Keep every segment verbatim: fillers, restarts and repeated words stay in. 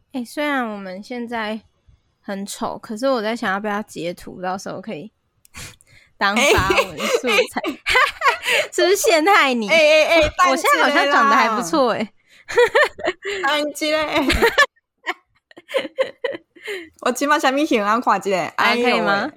欸，虽然我们现在很丑，可是我在想要不要截图，到时候可以当发文素材。欸、是不是陷害你？ 哎哎哎， 我现在好像长得还不错哎。 安吉嘞，我今晚什么形啊？看一下， 还、啊、可以吗？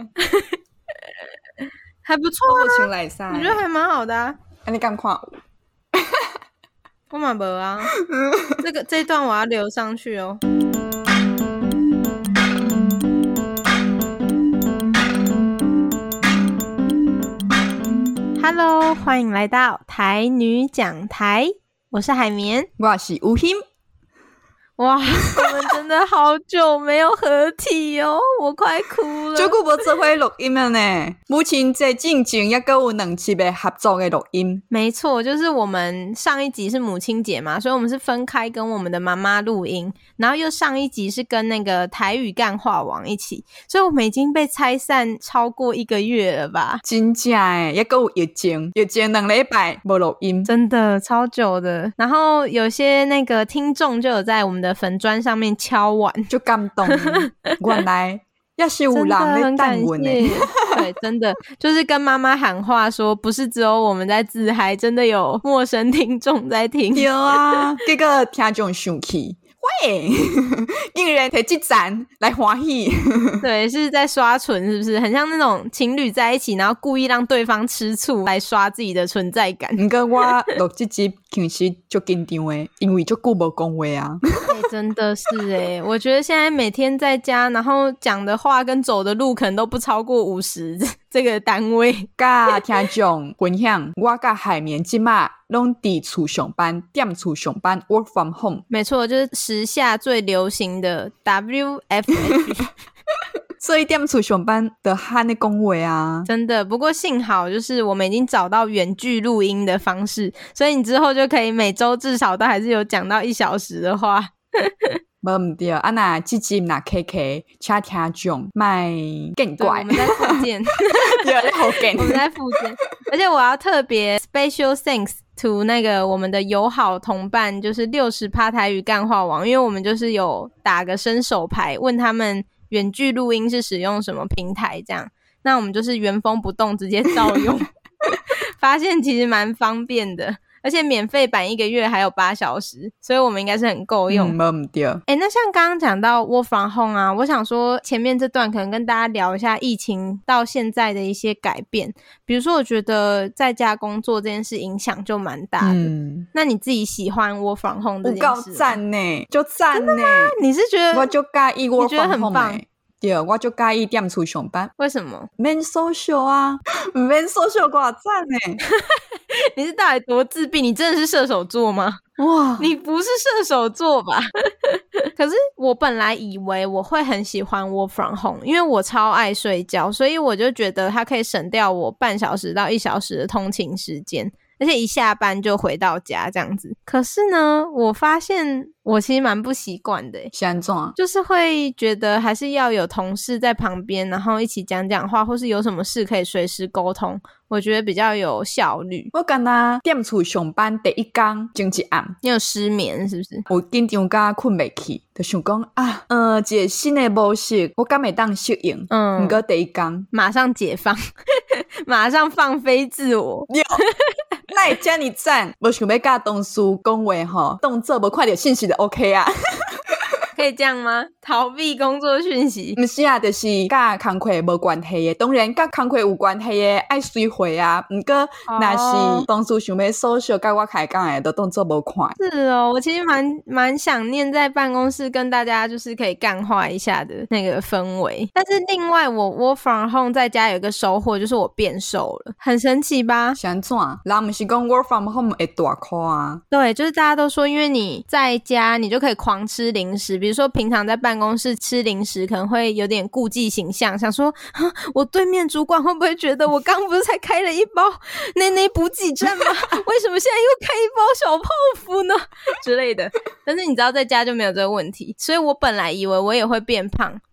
还不错啊，我觉得还蛮好的啊。 啊你敢看？ 我嘛没啊，这个这一段我要留上去哦。Hello， 欢迎来到台女讲台，我是海绵， 我是吴昕。 哇，我们真的好久没有合体哦，我快哭了。 最久没做伙录音了呢。目前这进前也有两期的合作的录音。 没错，就是我们上一集是母亲节嘛，所以我们是分开跟我们的妈妈录音，然后又上一集是跟那个台语干话王一起，所以我们已经被拆散超过一个月了吧？ 真假诶，也有疫情，疫情两礼拜没录音， 真的超久的。然后有些那个听众就有在我们的粉专上面敲碗， 就感动。原来也是有人在等我呢。 对，真的就是跟妈妈喊话说，不是只有我们在自嗨，真的有陌生听众在听。 对啊，结果听众生气。喂，竟然摕这赞来欢喜。 对，是在刷存是不是？很像那种情侣在一起，然后故意让对方吃醋来刷自己的存在感。 不过我录这集其实很紧张的，因为很久没讲话啊。 欸、真的是耶、欸、我觉得现在每天在家，然后讲的话跟走的路可能都不超过五十这个单位。 甲听众分享，我甲海绵即马拢伫厝上班，踮厝上班 work from home。 没错，就是时下最流行的 W F H。 所以踮厝上班的喊你讲话啊， 真的。不过幸好就是我们已经找到远距录音的方式，所以你之后就可以每周至少都还是有讲到一小时的话。 无毋对，啊那这集若 K K， 请听众卖见怪。 我们在附件， 对，好见。 我们在附件，而且我要特别 special thanks to 那个我们的友好同伴，就是六十趴台语干话王，因为我们就是有打个伸手牌，问他们远距录音是使用什么平台，这样，那我们就是原封不动直接照用，发现其实蛮方便的。而且免费版一个月还有八小时，所以我们应该是很够用。 嗯，没对。 欸，那像刚刚讲到 work from home 啊，我想说前面这段可能跟大家聊一下疫情到现在的一些改变。比如说我觉得在家工作这件事影响就蛮大的。嗯，那你自己喜欢 work from home 这件事吗？ 有够赞呢，就赞呢。 你是觉得我就介意 work from home， 你觉得很棒。对，我就介意踮厝上班。 为什么？ 免 social 啊，免 social 多赞呢。 你是到底多自闭？你真的是射手座吗？哇，你不是射手座吧？可是我本来以为我会很喜欢 work from home， 因为我超爱睡觉，所以我就觉得它可以省掉我半小时到一小时的通勤时间，而且一下班就回到家这样子。可是呢，我发现我其实蛮不习惯的。 是怎样？ 就是会觉得还是要有同事在旁边，然后一起讲讲话，或是有什么事可以随时沟通，我觉得比较有效率。 我刚刚踮厝上班第一天前一暗， 你有失眠是不是？ 我紧张到困不去，就想讲啊，呃，一个新的模式，我敢会当适应。嗯，不过第一天马上解放，马上放飞自我。 那会这么赞，我想要跟同事讲话吼，动作无看到信息就 OK 啊。 可以这样吗？逃避工作讯息？ 不是啊，就是跟工课无关系的。当然跟工课有关系的爱随回啊，不过若是同事想要 social 跟我开讲的都动作无看。 是哦，我其实蛮蛮想念在办公室跟大家就是可以干话一下的那个氛围。但是另外我 work from home 在家有一个收获，就是我变瘦了，很神奇吧？ 是怎样？人不是讲 work from home 会大块啊？ 对，就是大家都说因为你在家你就可以狂吃零食，比如说平常在办公室吃零食可能会有点顾忌形象，想说我对面主管会不会觉得我刚不是才开了一包内内补给站吗？为什么现在又开一包小泡芙呢之类的。但是你知道在家就没有这个问题，所以我本来以为我也会变胖，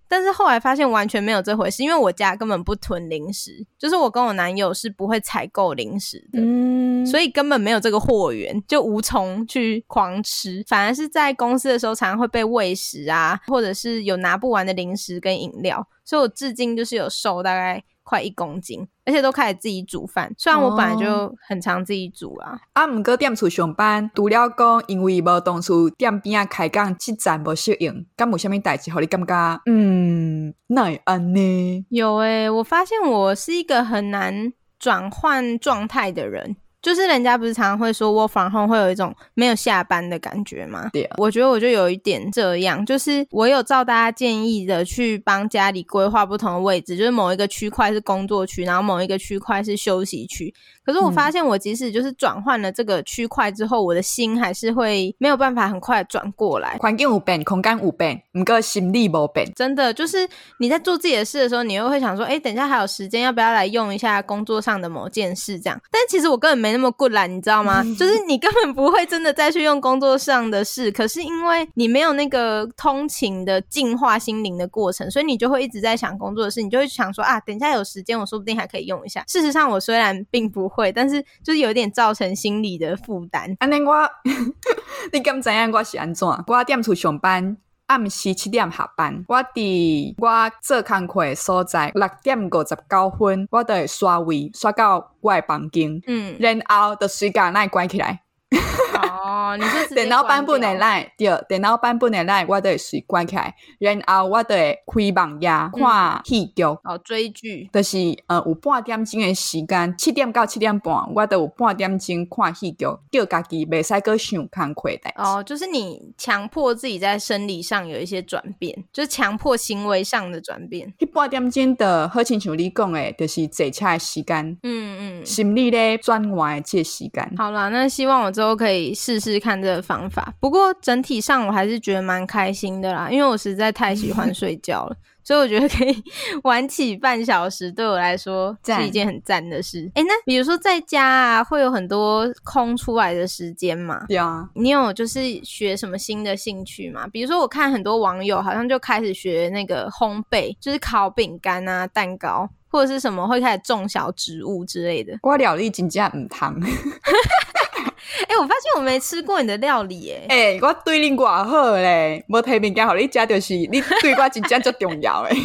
但是后来发现完全没有这回事，因为我家根本不囤零食，就是我跟我男友是不会采购零食的，嗯，所以根本没有这个货源，就无从去狂吃，反而是在公司的时候常常会被喂食啊，或者是有拿不完的零食跟饮料，所以我至今就是有瘦大概快一公斤，而且都开始自己煮饭，虽然我本来就很常自己煮啊。 啊，不过踮厝上班，除了讲因为无同事店边啊开讲这站无适应，敢有啥物代志，互你感觉嗯，哪会安呢？ 有诶、欸，我发现我是一个很难转换状态的人。就是人家不是常常会说 work from home 会有一种没有下班的感觉吗？ 对啊， 我觉得我就有一点这样，就是我有照大家建议的去帮家里规划不同的位置，就是某一个区块是工作区，然后某一个区块是休息区。可是我发现我即使就是转换了这个区块之后，我的心还是会没有办法很快转过来。 环境有变，空间有变，不过心理没变。 真的就是你在做自己的事的时候，你又会想说，诶，等一下还有时间，要不要来用一下工作上的某件事这样。但其实我根本没那么 good 啦，你知道吗？就是你根本不会真的再去用工作上的事，可是因为你没有那个通勤的净化心灵的过程，所以你就会一直在想工作的事，你就会想说啊，等一下有时间我说不定还可以用一下。事实上我虽然并不会，但是就是有点造成心理的负担。 安尼我你敢知影我是安怎？我踮厝上班，暗时七点下班，我伫我做工课的所在六点五十九分，我就会刷位刷到我的房间，嗯，然后就随甲那关起来。 哦，你是直接电脑版本的来，对，电脑版本的来，我就会随关起来，然后我就会开网页看戏剧， 哦，追剧， 就是呃有半点钟的时间，七点到七点半，我都有半点钟看戏剧，叫家己袂使搁想工课代志。 哦，就是你强迫自己在生理上有一些转变，就是强迫行为上的转变。 迄半点钟的好亲像你讲的，就是坐车的时间，嗯嗯，心理咧转换的这个时间。 好啦，那希望我之后可以试试看这个方法。不过整体上我还是觉得蛮开心的啦，因为我实在太喜欢睡觉了。所以我觉得可以晚起半小时对我来说是一件很赞的事。诶，那比如说在家啊会有很多空出来的时间嘛？ 对啊。 你有就是学什么新的兴趣吗？比如说我看很多网友好像就开始学那个烘焙，就是烤饼干啊蛋糕，或者是什么会开始种小植物之类的。 我料理真正唔通欸，我发现我没吃过你的料理耶。 欸，我对你偌好咧，无摕物件互你食，就是你对我真正足重要诶。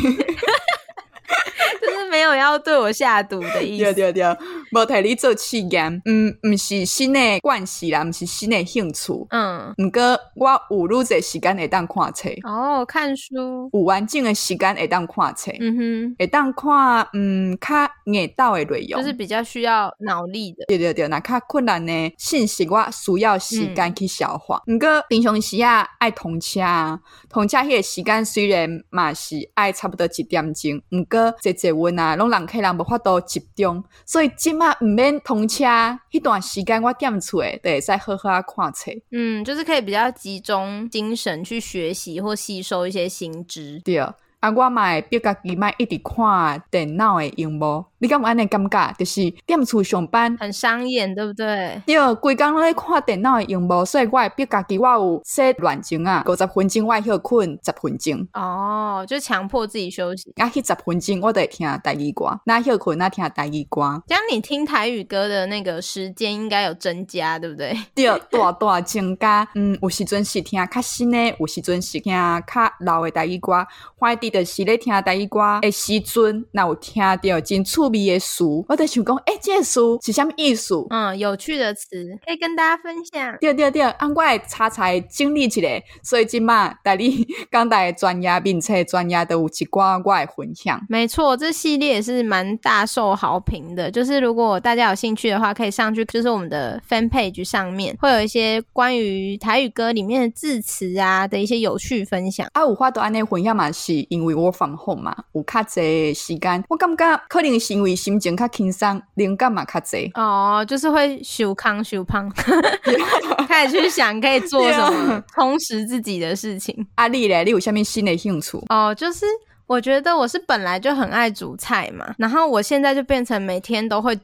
就是没有要对我下毒的意思。 对对对，无摕你做试验，嗯，毋是新的惯习啦，毋是新的兴趣。嗯，不过我有愈侪时间会当看册。 哦，看书。 有完整的时间会当看册。嗯哼，会当看嗯较硬斗的内容， 就是比较需要脑力的。 对对对，那较困难的信息我需要时间去消化。不过、嗯、平常时啊爱通车啊，通车迄个时间虽然嘛是爱差不多一点钟，不过坐坐稳啊，拢人客人无法度集中，所以即马毋免通车，迄段时间我踮厝诶，就会使好好看册。 嗯，就是可以比较集中精神去学习或吸收一些新知。 对。啊，我嘛会逼家己莫一直看电脑的荧幕，你敢有安尼感觉？就是踮厝上班很伤眼，对不对？ 对，规工拢咧看电脑的荧幕，所以我会逼家己，我有 set 乱钟啊，五十分钟我会休困十分钟。 哦，就强迫自己休息。 啊，迄十分钟我就会听台语歌，那休困那听台语歌。 这样你听台语歌的那个时间应该有增加，对不对？ 对，大大增加。嗯，有时阵是听较新的，有时阵是听较老的台语歌。反正就是咧听台语歌的时阵，若有听到真趣味的词，我就想讲，诶、欸，这个词是啥物意思？ 嗯，有趣的词可以跟大家分享。 对对对，啊，我会查查整理一下，所以今嘛带你讲台的专业、名册专业都有一寡我的分享。 没错，这系列也是蛮大受好评的。就是如果大家有兴趣的话，可以上去，就是我们的 fan page 上面会有一些关于台语歌里面的字词啊的一些有趣分享。 啊，有法度安尼分享嘛？是因为我from home嘛，有较济时间，我感觉可能是因为心情较轻松，灵感嘛较济。 哦，就是会想康想胖，开始去想可以做什么充实自己的事情。 啊，你咧，你有啥物新的兴趣？ 哦，就是我觉得我是本来就很爱煮菜嘛，然后我现在就变成每天都会煮。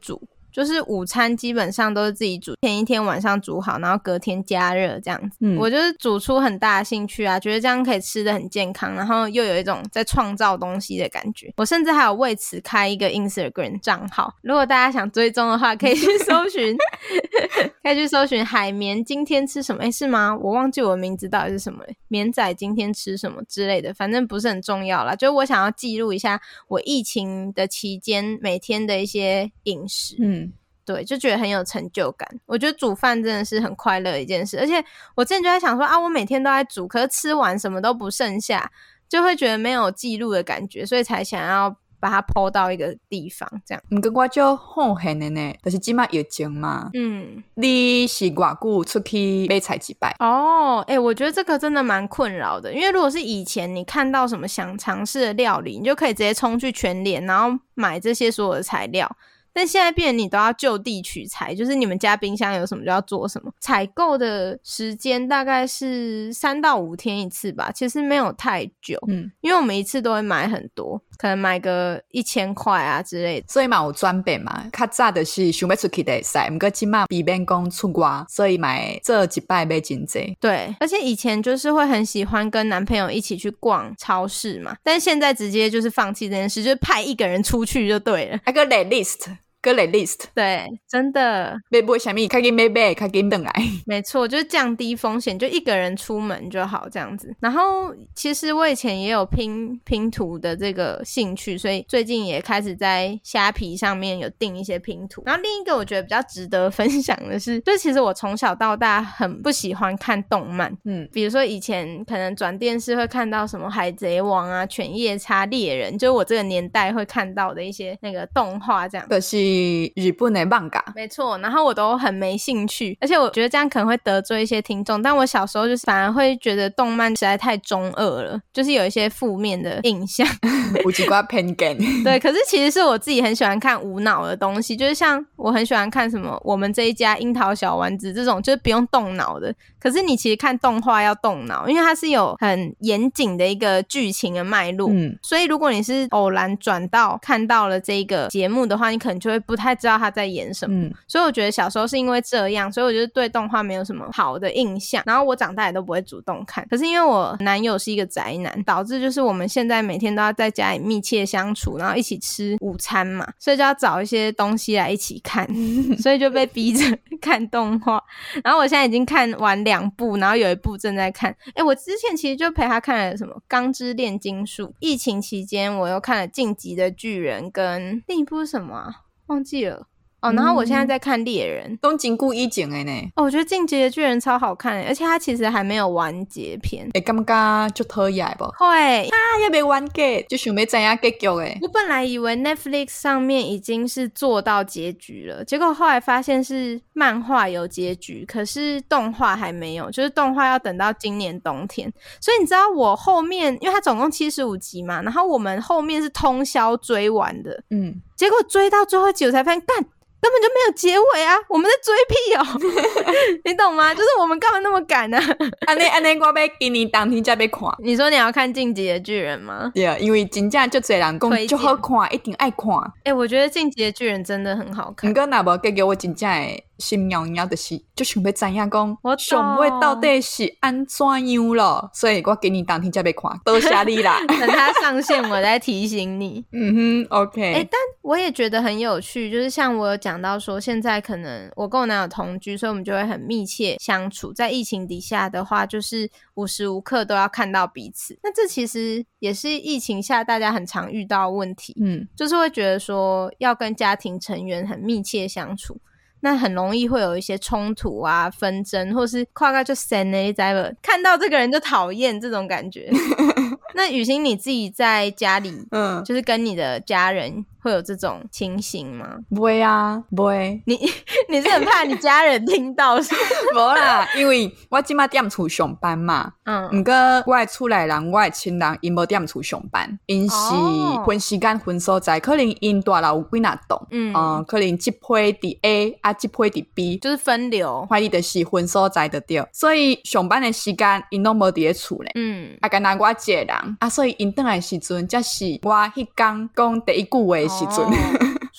就是午餐基本上都是自己煮，前一天晚上煮好，然后隔天加热这样子、嗯、我就是煮出很大的兴趣啊，觉得这样可以吃得很健康，然后又有一种在创造东西的感觉。我甚至还有为此开一个 Instagram 账号，如果大家想追踪的话可以去搜寻可以去搜寻海绵今天吃什么，诶是吗？我忘记我的名字到底是什么，绵仔今天吃什么之类的，反正不是很重要啦，就是我想要记录一下我疫情的期间每天的一些饮食。嗯，对，就觉得很有成就感。我觉得煮饭真的是很快乐的一件事，而且我之前就在想说啊，我每天都在煮，可是吃完什么都不剩下，就会觉得没有记录的感觉，所以才想要把它 po 到一个地方这样。 不过我就好闲的呢，就是现在疫情嘛。嗯，你是多久出去买菜一摆？ 哦，诶、欸、我觉得这个真的蛮困扰的，因为如果是以前你看到什么想尝试的料理，你就可以直接冲去全联然后买这些所有的材料，但现在变成你都要就地取材，就是你们家冰箱有什么就要做什么。采购的时间大概是三到五天一次吧，其实没有太久。嗯，因为我们一次都会买很多，可能买个一千块啊之类的。 所以嘛有转变嘛，较早就是想要出去就会使，不过现在避免讲出外，所以买这一摆买真多。 对，而且以前就是会很喜欢跟男朋友一起去逛超市嘛，但是现在直接就是放弃这件事，就是派一个人出去就对了。 那个 list个 list 对，真的买买什么较紧买买较紧回来。 没错，就是降低风险，就一个人出门就好这样子。然后其实我以前也有拼拼图的这个兴趣，所以最近也开始在虾皮上面有订一些拼图。然后另一个我觉得比较值得分享的是，就是其实我从小到大很不喜欢看动漫。嗯，比如说以前可能转电视会看到什么海贼王啊、犬夜叉、猎人，就是我这个年代会看到的一些那个动画这样。 就是日本的漫画。 没错，然后我都很没兴趣，而且我觉得这样可能会得罪一些听众，但我小时候就是反而会觉得动漫实在太中二了，就是有一些负面的印象有一些偏见对，可是其实是我自己很喜欢看无脑的东西，就是像我很喜欢看什么我们这一家樱桃小丸子这种就是不用动脑的，可是你其实看动画要动脑，因为它是有很严谨的一个剧情的脉络、嗯、所以如果你是偶然转到看到了这个节目的话，你可能就会不太知道他在演什么、嗯、所以我觉得小时候是因为这样，所以我就对动画没有什么好的印象，然后我长大也都不会主动看。可是因为我男友是一个宅男，导致就是我们现在每天都要在家里密切相处，然后一起吃午餐嘛，所以就要找一些东西来一起看所以就被逼着看动画。然后我现在已经看完两部，然后有一部正在看。诶我之前其实就陪他看了什么《钢之炼金术》，疫情期间我又看了《晋级的巨人》跟另一部是什么啊忘记了哦，然后我现在在看猎人， 都真久以前的呢。 哦，我觉得进击的巨人超好看的，而且它其实还没有完结篇。 会感觉很讨厌不？ 会啊，也没完结，就想要知道结局诶。 我本来以为 Netflix 上面已经是做到结局了，结果后来发现是漫画有结局，可是动画还没有，就是动画要等到今年冬天。所以你知道我后面，因为它总共七十五集嘛，然后我们后面是通宵追完的，嗯，结果追到最后一集我才发现，干根本就没有结尾啊！我们在追屁哦你懂吗？就是我们干嘛那么赶啊？ 安尼安尼我要今年当天才要看。 你说你要看进击的巨人吗？ 对、yeah, 因为真正就多人讲就好看，一定爱看。 欸我觉得进击的巨人真的很好看。 不过若无结局我真正会心痒痒，就是就想要知影讲上尾到底是安怎样了，所以我今年当天才要看。多谢你啦等它上线我再提醒你。 嗯哼 OK。 欸但我也觉得很有趣，就是像我有讲到说现在可能我跟我男友同居，所以我们就会很密切相处，在疫情底下的话就是无时无刻都要看到彼此，那这其实也是疫情下大家很常遇到的问题。嗯，就是会觉得说要跟家庭成员很密切相处，那很容易会有一些冲突啊纷争，或是跨个就神欸在了看到这个人就讨厌这种感觉那雨欣你自己在家里嗯，就是跟你的家人会有这种情形吗？ 不会啊，不会。 你你是很怕你家人听到是不啦，因为我现在在厝上班嘛，嗯，不过我的厝内人，我的亲人因没在厝上班，因是分时间分所在，可能因大楼有几哪栋，嗯、呃，可能这批在 A 啊，这批在 B， 就是分流， 怀疑就是分所在就对，所以上班的时间因都没在厝咧，嗯，啊，干那我一个人啊，所以因回来的时阵，才是我迄天讲第一句话的时阵。哦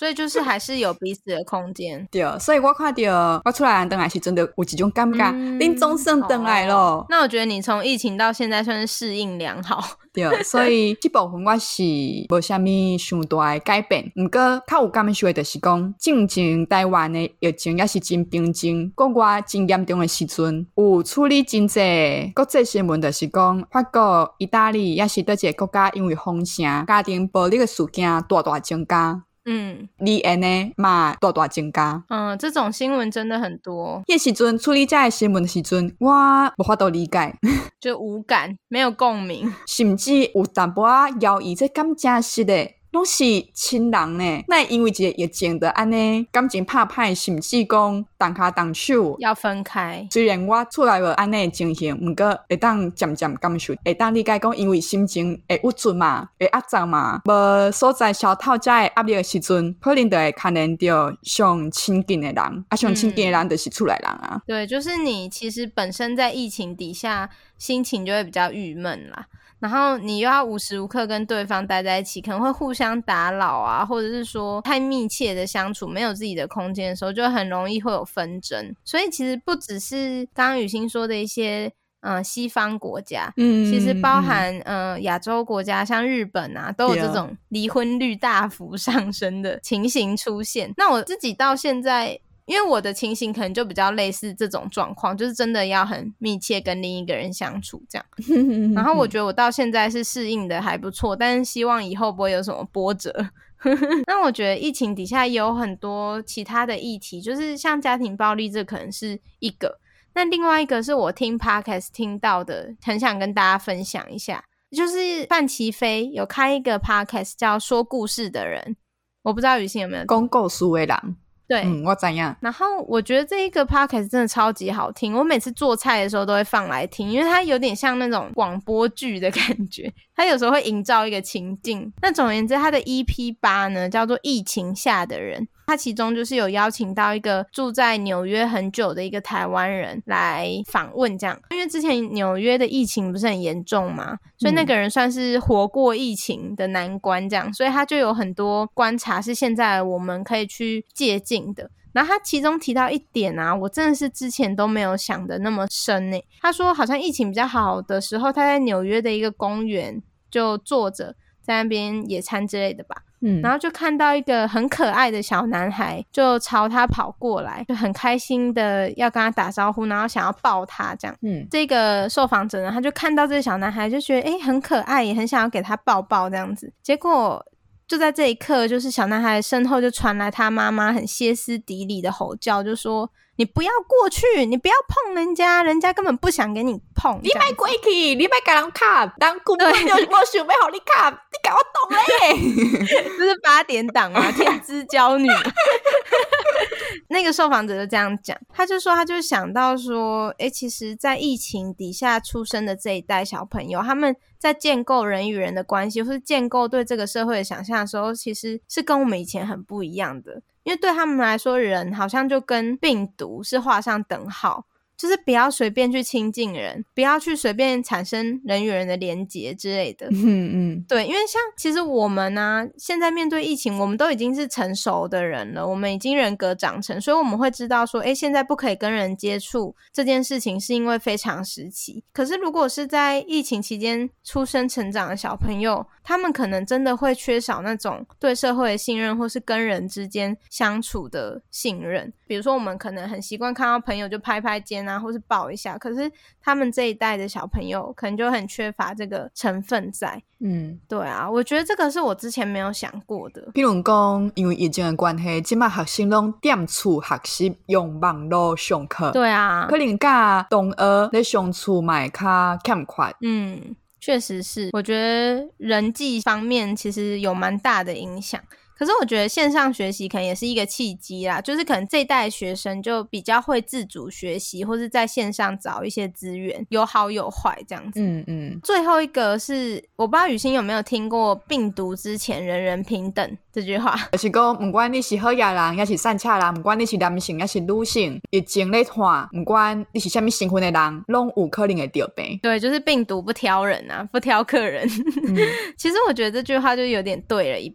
所以就是还是有彼此的空间。 对，所以我看到我出来回来是真的有一种感觉，恁、嗯、总算回来了、哦。 那我觉得你从疫情到现在算是适应良好。 对，所以这部分我是无啥物伤大的改变。不过较有感受的就是讲，进前台湾的疫情也是真平静，国外真严重的时阵，有处理真济国际新闻，就是讲法国、意大利也是倒一个国家因为封城、家庭暴力的事件大大增加。嗯，离岸呢嘛大大增加。 嗯，这种新闻真的很多。 迄时阵处理这个新闻的时阵，我无法度理解， 就无感，没有共鸣， 甚至有淡薄仔犹豫，这感真实的。拢是亲人呢，那因为一个疫情的安尼感情拍歹，甚至讲动脚动手要分开。 虽然我出来无安尼的情形，不过会当渐渐感受，会当理解讲，因为心情会郁卒嘛，会压榨嘛，无所在消透这个压力的时阵，可能就会牵连到上亲近的人，啊，上亲近的人就是厝内人啊、嗯。 对，就是你其实本身在疫情底下，心情就会比较郁闷啦。然后你又要无时无刻跟对方待在一起，可能会互相打扰啊，或者是说太密切的相处，没有自己的空间的时候，就很容易会有纷争。所以其实不只是刚刚雨欣说的一些呃西方国家，嗯，其实包含呃亚洲国家，像日本啊，都有这种离婚率大幅上升的情形出现。那我自己到现在，因为我的情形可能就比较类似这种状况，就是真的要很密切跟另一个人相处这样然后我觉得我到现在是适应的还不错，但是希望以后不会有什么波折那我觉得疫情底下也有很多其他的议题，就是像家庭暴力，这可能是一个，那另外一个是我听 podcast 听到的，很想跟大家分享一下，就是范琪斐有开一个 podcast 叫说故事的人，我不知道雨欣有没有讲故事的人。 对、 嗯，我知道。 然后我觉得这一个 podcast 真的超级好听，我每次做菜的时候都会放来听，因为它有点像那种广播剧的感觉，它有时候会营造一个情境。那总而言之，它的 E P 八 呢叫做疫情下的人，它其中就是有邀请到一个住在纽约很久的一个台湾人来访问这样，因为之前纽约的疫情不是很严重嘛，所以那个人算是活过疫情的难关这样，所以他就有很多观察是现在我们可以去借鉴的。然后他其中提到一点啊，我真的是之前都没有想的那么深耶。他说好像疫情比较好的时候，他在纽约的一个公园就坐着在那边野餐之类的吧，嗯，然后就看到一个很可爱的小男孩就朝他跑过来，就很开心的要跟他打招呼，然后想要抱他这样。嗯，这个受访者呢，他就看到这个小男孩就觉得诶很可爱，也很想要给他抱抱这样子。结果就在这一刻，就是小男孩身后就传来他妈妈很歇斯底里的吼叫，就说你不要过去，你不要碰人家，人家根本不想给你碰， 你别过去，你别给人卡，人根本就没想要给你卡，你给我懂嘞这是八点档啊，天之娇女那个受访者就这样讲，他就说他就想到说诶其实在疫情底下出生的这一代小朋友，他们在建构人与人的关系，或是建构对这个社会的想象的时候，其实是跟我们以前很不一样的。因为对他们来说，人好像就跟病毒是画上等号，就是不要随便去亲近人，不要去随便产生人与人的连结之类的。嗯嗯，对，因为像其实我们啊，现在面对疫情，我们都已经是成熟的人了，我们已经人格长成，所以我们会知道说，诶，现在不可以跟人接触这件事情是因为非常时期。可是如果是在疫情期间出生成长的小朋友，他们可能真的会缺少那种对社会的信任，或是跟人之间相处的信任。比如说我们可能很习惯看到朋友就拍拍肩啊，或是抱一下，可是他们这一代的小朋友可能就很缺乏这个成分在。嗯，对啊，我觉得这个是我之前没有想过的。 比如讲因为疫情的关系，现在学生都踮厝学习，用网络上课。 对啊， 可能跟同学在相处嘛比较欠缺。 嗯，确实是，我觉得人际方面其实有蛮大的影响。可是我觉得线上学习可能也是一个契机啦，就是可能这一代学生就比较会自主学习，或是在线上找一些资源，有好有坏这样子。嗯嗯。最后一个是我不知道雨欣有没有听过病毒之前人人平等这句话， 就是说不管你是好野人也是善恰人，不管你是男性也是女性，疫情在看不管你是什么身份的人都有可能会得病。 对，就是病毒不挑人啊，不挑客人、嗯、其实我觉得这句话就有点对了一半，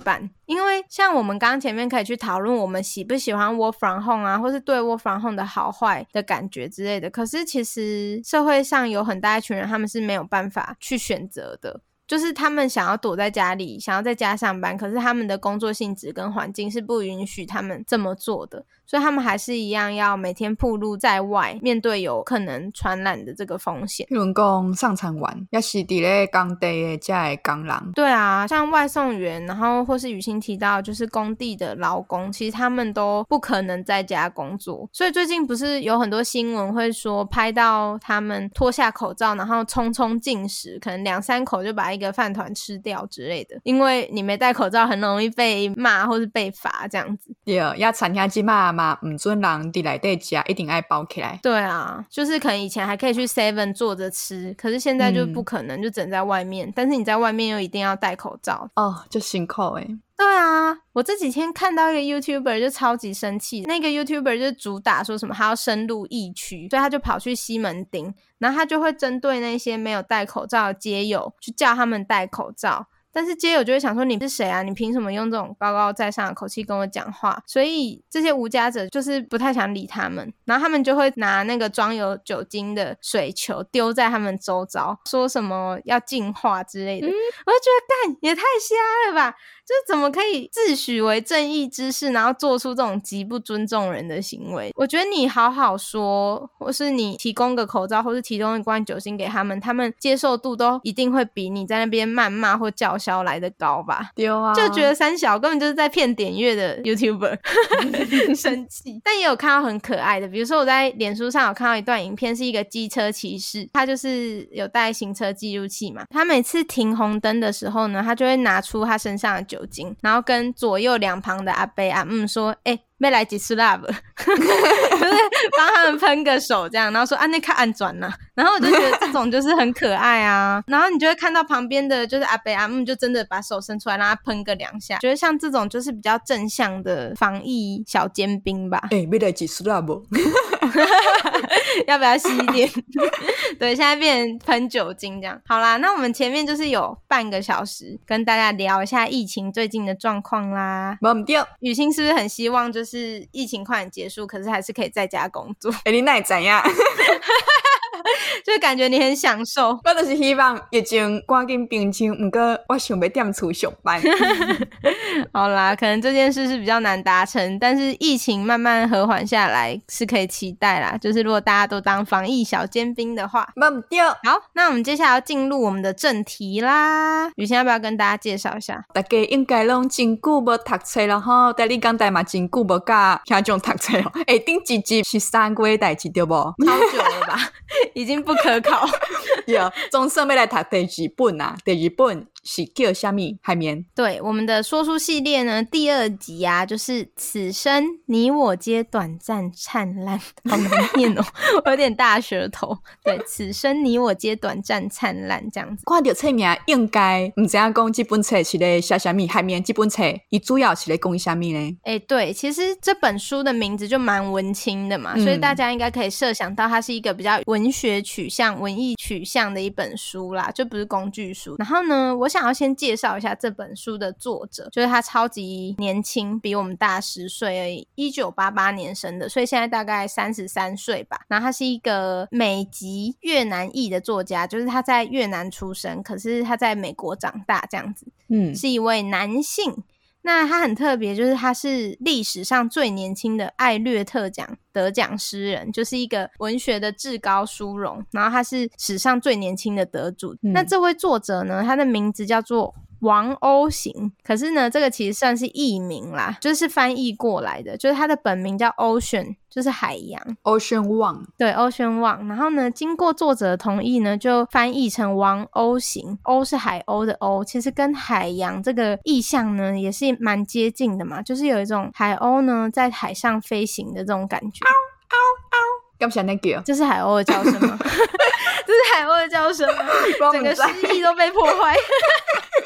因为像我们刚刚前面可以去讨论我们喜不喜欢 work from home 啊，或是对 work from home 的好坏的感觉之类的，可是其实社会上有很大一群人他们是没有办法去选择的，就是他们想要躲在家里，想要在家上班，可是他们的工作性质跟环境是不允许他们这么做的，所以他们还是一样要每天暴露在外，面对有可能传染的这个风险。 比如讲上场玩也是在咧工地的这的工人。 对啊，像外送员，然后或是雨欣提到就是工地的劳工，其实他们都不可能在家工作，所以最近不是有很多新闻会说拍到他们脱下口罩然后匆匆进食，可能两三口就把一个饭团吃掉之类的，因为你没戴口罩很容易被骂或是被罚这样子。 对，也餐厅现在嘛不准人在内底吃，一定要包起来。 对啊，就是可能以前还可以去 seven 坐着吃，可是现在就不可能、嗯、就只能在外面，但是你在外面又一定要戴口罩。 哦，就辛苦耶。 对啊，我这几天看到一个 YouTuber 就超级生气，那个 YouTuber 就主打说什么他要深入疫区，所以他就跑去西门町，然后他就会针对那些没有戴口罩的街友去叫他们戴口罩，但是街友就会想说你是谁啊，你凭什么用这种高高在上的口气跟我讲话，所以这些无家者就是不太想理他们，然后他们就会拿那个装有酒精的水球丢在他们周遭，说什么要净化之类的、嗯、我就觉得干也太瞎了吧，就是怎么可以自诩为正义之士，然后做出这种极不尊重人的行为。我觉得你好好说，或是你提供个口罩，或是提供一罐酒精给他们，他们接受度都一定会比你在那边谩骂或叫嚣来的高吧。 对啊， 就觉得三小根本就是在骗点阅的 YouTuber 生气。但也有看到很可爱的，比如说我在脸书上有看到一段影片，是一个机车骑士，他就是有带行车记录器嘛，他每次停红灯的时候呢，他就会拿出他身上的酒精，然后跟左右两旁的阿伯阿姆说诶、欸要来几次 love 就是帮他们喷个手这样，然后说啊那看安转啦，然后我就觉得这种就是很可爱啊然后你就会看到旁边的就是阿伯阿姆就真的把手伸出来让他喷个两下，觉得像这种就是比较正向的防疫小尖兵吧。 诶、欸、要来几次 love 要不要吸一点对，现在变成喷酒精这样。好啦，那我们前面就是有半个小时跟大家聊一下疫情最近的状况啦。 没对， 雨欣是不是很希望就是疫情快点结束，可是还是可以在家工作？ 欸、你那会怎样就感觉你很享受。 我就是希望疫情赶紧平清，不过我想要踮厝上班好啦，可能这件事是比较难达成，但是疫情慢慢和缓下来是可以期待啦，就是如果大家都当防疫小尖兵的话。 没对。 好，那我们接下来要进入我们的正题啦。雨欣要不要跟大家介绍一下？ 大家应该拢真久无读册了吼，但你讲台嘛真久无甲听众读册了。诶、欸，顶一集是三月的代志对无？ 超久了吧已经不可考对，总算要来读第二本啊，第二本是叫什么？海绵。 对，我们的说书系列呢，第二集啊，就是此生你我皆短暂灿烂，好难念哦我有点大舌头。对，此生你我皆短暂灿烂这样子。 看到册名应该不知道讲这本册是在写什么，海绵这本册它主要是在讲什么呢？ 诶，对，其实这本书的名字就蛮文青的嘛、嗯、所以大家应该可以设想到它是一个比较文学取向文艺取向的一本书啦，就不是工具书。然后呢，我想要先介绍一下这本书的作者，就是他超级年轻，比我们大十岁而已，一九八八年生的，所以现在大概三十三岁吧。然后他是一个美籍越南裔的作家，就是他在越南出生，可是他在美国长大这样子。嗯，是一位男性。那他很特别，就是他是历史上最年轻的艾略特奖得奖诗人，就是一个文学的至高殊荣，然后他是史上最年轻的得主、嗯、那这位作者呢，他的名字叫做王欧行，可是呢这个其实算是译名啦，就是翻译过来的，就是他的本名叫 Ocean， 就是海洋 Ocean Wang， 对 Ocean Wang， 然后呢经过作者的同意呢，就翻译成王欧行，欧是海鸥的欧，其实跟海洋这个意象呢也是蛮接近的嘛，就是有一种海鸥呢在海上飞行的这种感觉。嗷嗷嗷， 刚才那个这是海鸥的叫声吗这是海鸥的叫声吗整个诗意都被破坏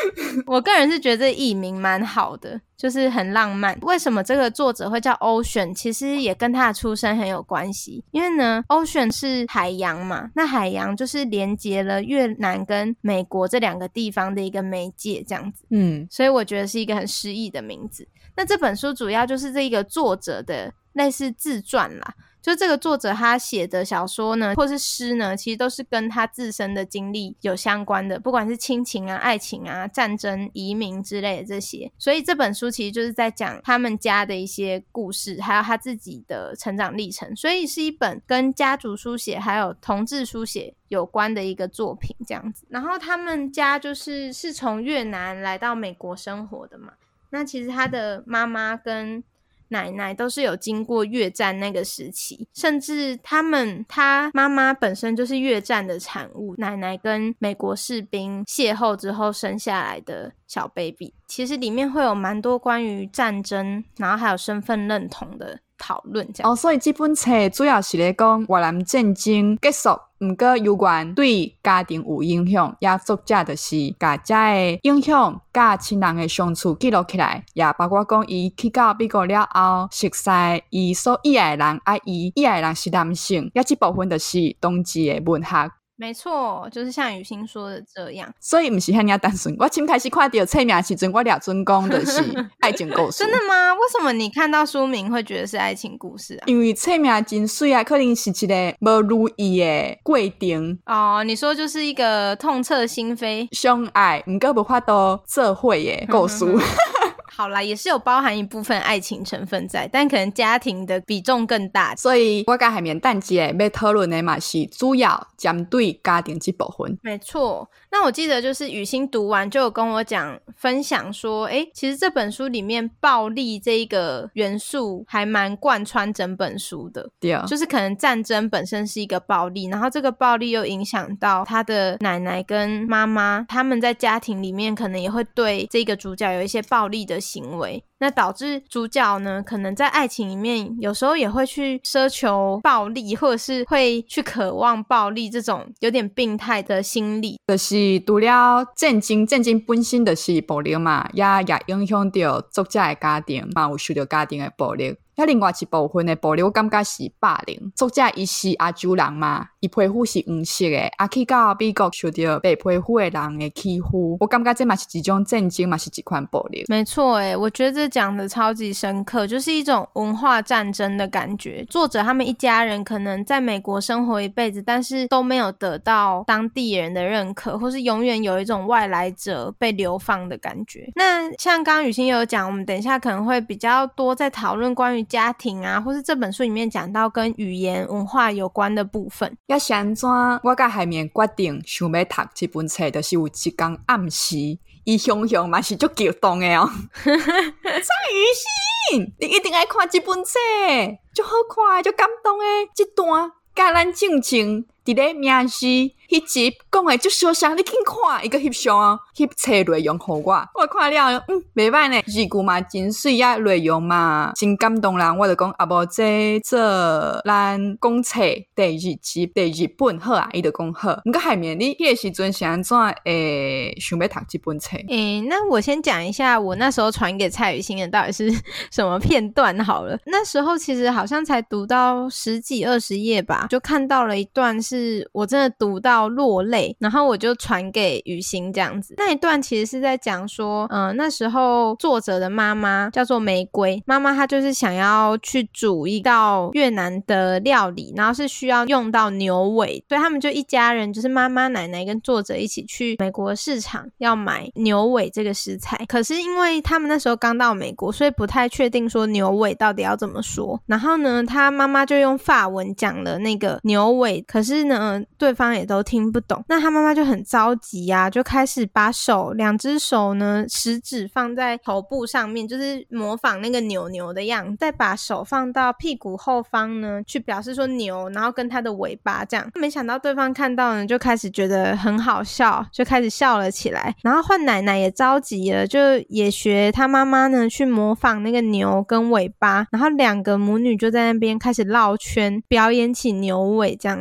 我个人是觉得这译名蛮好的，就是很浪漫。为什么这个作者会叫 Ocean， 其实也跟他的出身很有关系。因为呢 Ocean 是海洋嘛，那海洋就是连接了越南跟美国这两个地方的一个媒介这样子，嗯，所以我觉得是一个很诗意的名字。那这本书主要就是这个作者的类似自传啦，就这个作者他写的小说呢或是诗呢，其实都是跟他自身的经历有相关的，不管是亲情啊、爱情啊、战争、移民之类的这些。所以这本书其实就是在讲他们家的一些故事，还有他自己的成长历程，所以是一本跟家族书写还有同志书写有关的一个作品这样子。然后他们家就是是从越南来到美国生活的嘛，那其实他的妈妈跟奶奶都是有经过越战那个时期，甚至他们他妈妈本身就是越战的产物，奶奶跟美国士兵邂逅之后生下来的小 baby。 其实里面会有蛮多关于战争然后还有身份认同的讨论这样。 哦，所以这本册主要是咧讲越南战争结束不过有关对家庭有影响，也作者就是把这个影响甲亲人的相处记录起来，也包括讲伊去到美国了后熟悉伊所喜爱的人，啊伊喜爱的人是男性，也这部分就是同志的文学。 没错，就是像雨欣说的这样。 所以不是那么单纯，我刚开始看到册名的时候我抓准讲的是爱情故事。 真的吗？为什么你看到书名会觉得是爱情故事啊？ 因为册名真水啊，可能是一个无如意的过程。 哦，你说就是一个痛彻心扉相爱不过无法度做伙的故事。 好啦，也是有包含一部分爱情成分在，但可能家庭的比重更大。 所以我跟海绵蛋姐要讨论的嘛是主要针对家庭这部分。 没错，那我记得就是雨欣读完就有跟我讲分享说，诶，其实这本书里面暴力这一个元素还蛮贯穿整本书的。 对， 就是可能战争本身是一个暴力，然后这个暴力又影响到他的奶奶跟妈妈，他们在家庭里面可能也会对这个主角有一些暴力的行为，那导致主角呢可能在爱情里面有时候也会去奢求暴力，或者是会去渴望暴力，这种有点病态的心理。 就是除了战争战争本身就是暴力嘛，也也影响到作者的家庭嘛，有受到家庭的暴力。那另外一部分的暴力我感觉是霸凌，作者伊是亚洲人嘛，伊皮肤是黄色的，啊去到美国受到白皮肤的人的欺负，我感觉这嘛是一种战争，嘛是一款暴力。 没错耶，我觉得这讲的超级深刻，就是一种文化战争的感觉。作者他们一家人可能在美国生活一辈子，但是都没有得到当地人的认可，或是永远有一种外来者被流放的感觉。那像刚刚雨欣有讲，我们等一下可能会比较多在讨论关于家庭啊，或是这本书里面讲到跟语言文化有关的部分。 要是安怎我跟海绵决定想要读这本册，就是有一天暗时伊熊熊嘛是足激动的哦。张雨欣，你一定要看这本册，足好看的，足感动的。这段甲咱正经伫咧名诗迄集讲的足相像，你紧看一个翕相哦，翕册内容互我，我看了嗯袂歹呢，字句嘛真水啊，内容嘛真感动人，我就讲啊无这做咱讲册第二集第二本好啊，伊就讲好。毋过海绵你迄个时阵是安怎诶想要读这本册？ 诶、欸，那我先讲一下我那时候传给蔡雨欣的到底是什么片段好了。那时候其实好像才读到十几二十页吧，就看到了一段是我真的读到落泪，然后我就传给雨欣这样子。那一段其实是在讲说嗯、呃，那时候作者的妈妈叫做玫瑰妈妈，她就是想要去煮一道越南的料理，然后是需要用到牛尾，所以他们就一家人就是妈妈奶奶跟作者一起去美国市场要买牛尾这个食材。可是因为他们那时候刚到美国，所以不太确定说牛尾到底要怎么说，然后呢他妈妈就用法文讲了那个牛尾，可是呢对方也都听不懂。那他妈妈就很着急啊，就开始把手两只手呢食指放在头部上面，就是模仿那个牛牛的样子，再把手放到屁股后方呢去表示说牛，然后跟它的尾巴这样。没想到对方看到呢就开始觉得很好笑，就开始笑了起来。然后换奶奶也着急了，就也学他妈妈呢去模仿那个牛跟尾巴，然后两个母女就在那边开始绕圈表演起牛尾这样子。 绕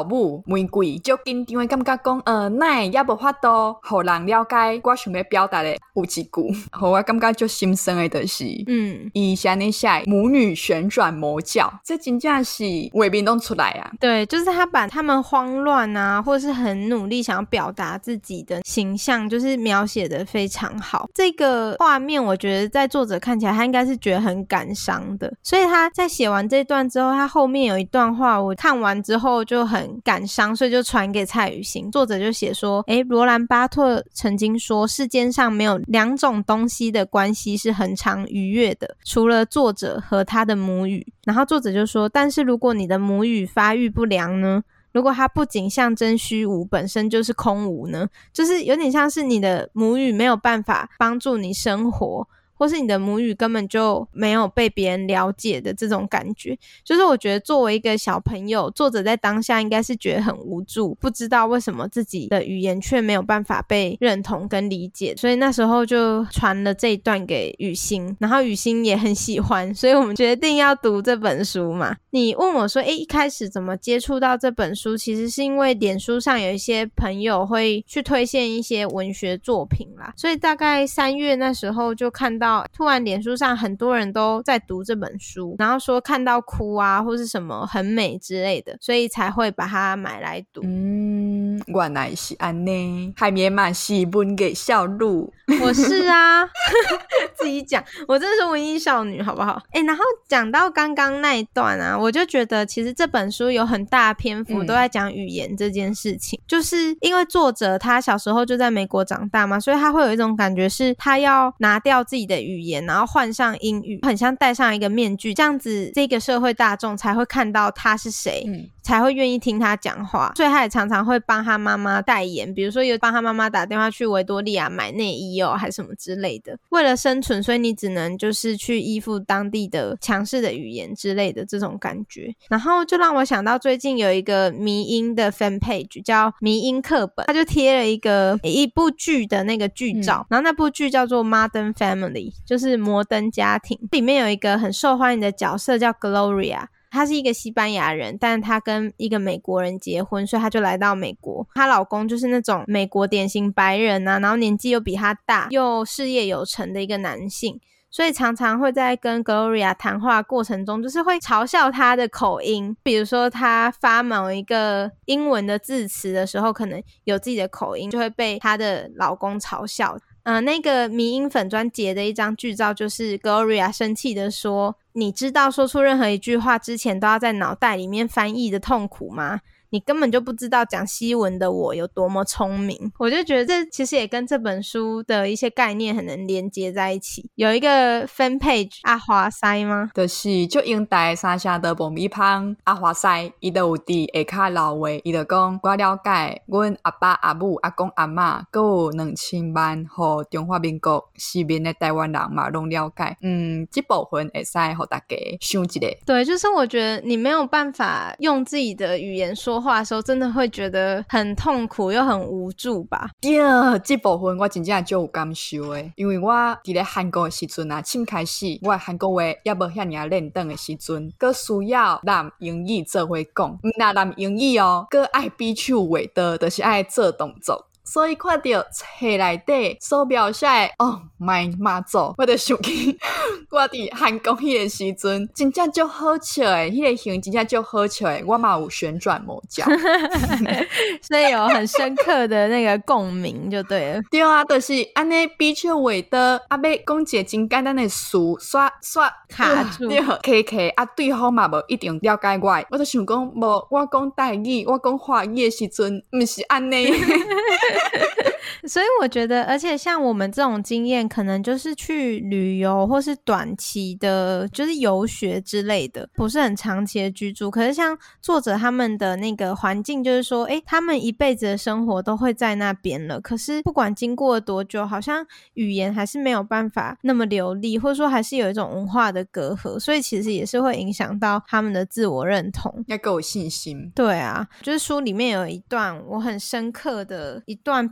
母玫瑰就紧张的感觉讲呃哪也无法度互人了解我想要表达的有一句互我感觉就心酸的就是嗯伊是安尼写母女旋转魔教，这真正是画面都出来啊。 对，就是他把他们慌乱啊或是很努力想要表达自己的形象就是描写的非常好。这个画面我觉得在作者看起来他应该是觉得很感伤的，所以他在写完这段之后他后面有一段话我看完之后就很感伤，所以就传给蔡宇欣。作者就写说诶罗兰巴特曾经说世间上没有两种东西的关系是恒常愉悦的，除了作者和他的母语。然后作者就说但是如果你的母语发育不良呢，如果它不仅象征虚无本身就是空无呢，就是有点像是你的母语没有办法帮助你生活，或是你的母语根本就没有被别人了解的这种感觉。就是我觉得作为一个小朋友，作者在当下应该是觉得很无助，不知道为什么自己的语言却没有办法被认同跟理解，所以那时候就传了这一段给雨欣，然后雨欣也很喜欢，所以我们决定要读这本书嘛。你问我说诶一开始怎么接触到这本书，其实是因为脸书上有一些朋友会去推荐一些文学作品啦，所以大概三月那时候就看到突然脸书上很多人都在读这本书，然后说看到哭啊或是什么很美之类的，所以才会把它买来读。 嗯，原来是这样，海绵嘛是文艺少女。 我是啊自己讲我真的是文艺少女好不好。诶然后讲到刚刚那一段啊，我就觉得其实这本书有很大的篇幅都在讲语言这件事情、嗯、就是因为作者他小时候就在美国长大嘛，所以他会有一种感觉是他要拿掉自己的语言然后换上英语，很像戴上一个面具，这样子这个社会大众才会看到他是谁、嗯、才会愿意听他讲话。所以他也常常会帮他妈妈代言，比如说有帮他妈妈打电话去维多利亚买内衣哦还是什么之类的。为了生存所以你只能就是去依附当地的强势的语言之类的这种感觉。然后就让我想到最近有一个迷因的 fan page 叫迷因课本，他就贴了一个一部剧的那个剧照、嗯、然后那部剧叫做 Modern Family， 就是摩登家庭，里面有一个很受欢迎的角色叫 Gloria，她是一个西班牙人，但她跟一个美国人结婚，所以她就来到美国。她老公就是那种美国典型白人啊，然后年纪又比她大又事业有成的一个男性，所以常常会在跟 Gloria 谈话过程中就是会嘲笑她的口音，比如说她发某一个英文的字词的时候可能有自己的口音，就会被她的老公嘲笑。呃，那个迷因粉专截的一张剧照就是 Gloria 生气的说，你知道说出任何一句话之前都要在脑袋里面翻译的痛苦吗？你根本就不知道讲西文的我有多么聪明。我就觉得这其实也跟这本书的一些概念很能连接在一起。有一个 fan page 阿华塞吗， 就是就英台三声的爆米香阿华塞，他就有在下骹留话，他就讲我了解阮阿爸阿母阿公阿嬷还有两千万和中华民国四面的台湾人嘛拢了解。嗯，这部分可以让大家想一下。 对，就是我觉得你没有办法用自己的语言说话的时候真的会觉得很痛苦又很无助吧。 对、yeah, 这部分我真正就有感受的，因为我在咧韩国的时阵啊，一开始我的韩国话也无遐尔练长的时阵，还需要拿英语做伙讲，不拿拿英语哦，还爱比手画脚，就是爱做动作。所以看到册内底所描写的哦，my 妈祖，我就想起我伫韩国迄个时阵真正就好笑的，迄、那个形真正就好笑的，我嘛有旋转魔教所以有很深刻的那个共鸣就对了。 对啊，就是安尼比手画脚，啊要讲一个真简单的词煞煞卡住、 呃、对卡卡啊，对方嘛无一定了解我，我就想讲无我讲台语我讲华语的时阵不是安尼所以我觉得而且像我们这种经验可能就是去旅游或是短期的就是游学之类的，不是很长期的居住。可是像作者他们的那个环境就是说诶他们一辈子的生活都会在那边了，可是不管经过了多久好像语言还是没有办法那么流利，或者说还是有一种文化的隔阂，所以其实也是会影响到他们的自我认同， 要够有信心。 对啊，就是书里面有一段我很深刻的一段片段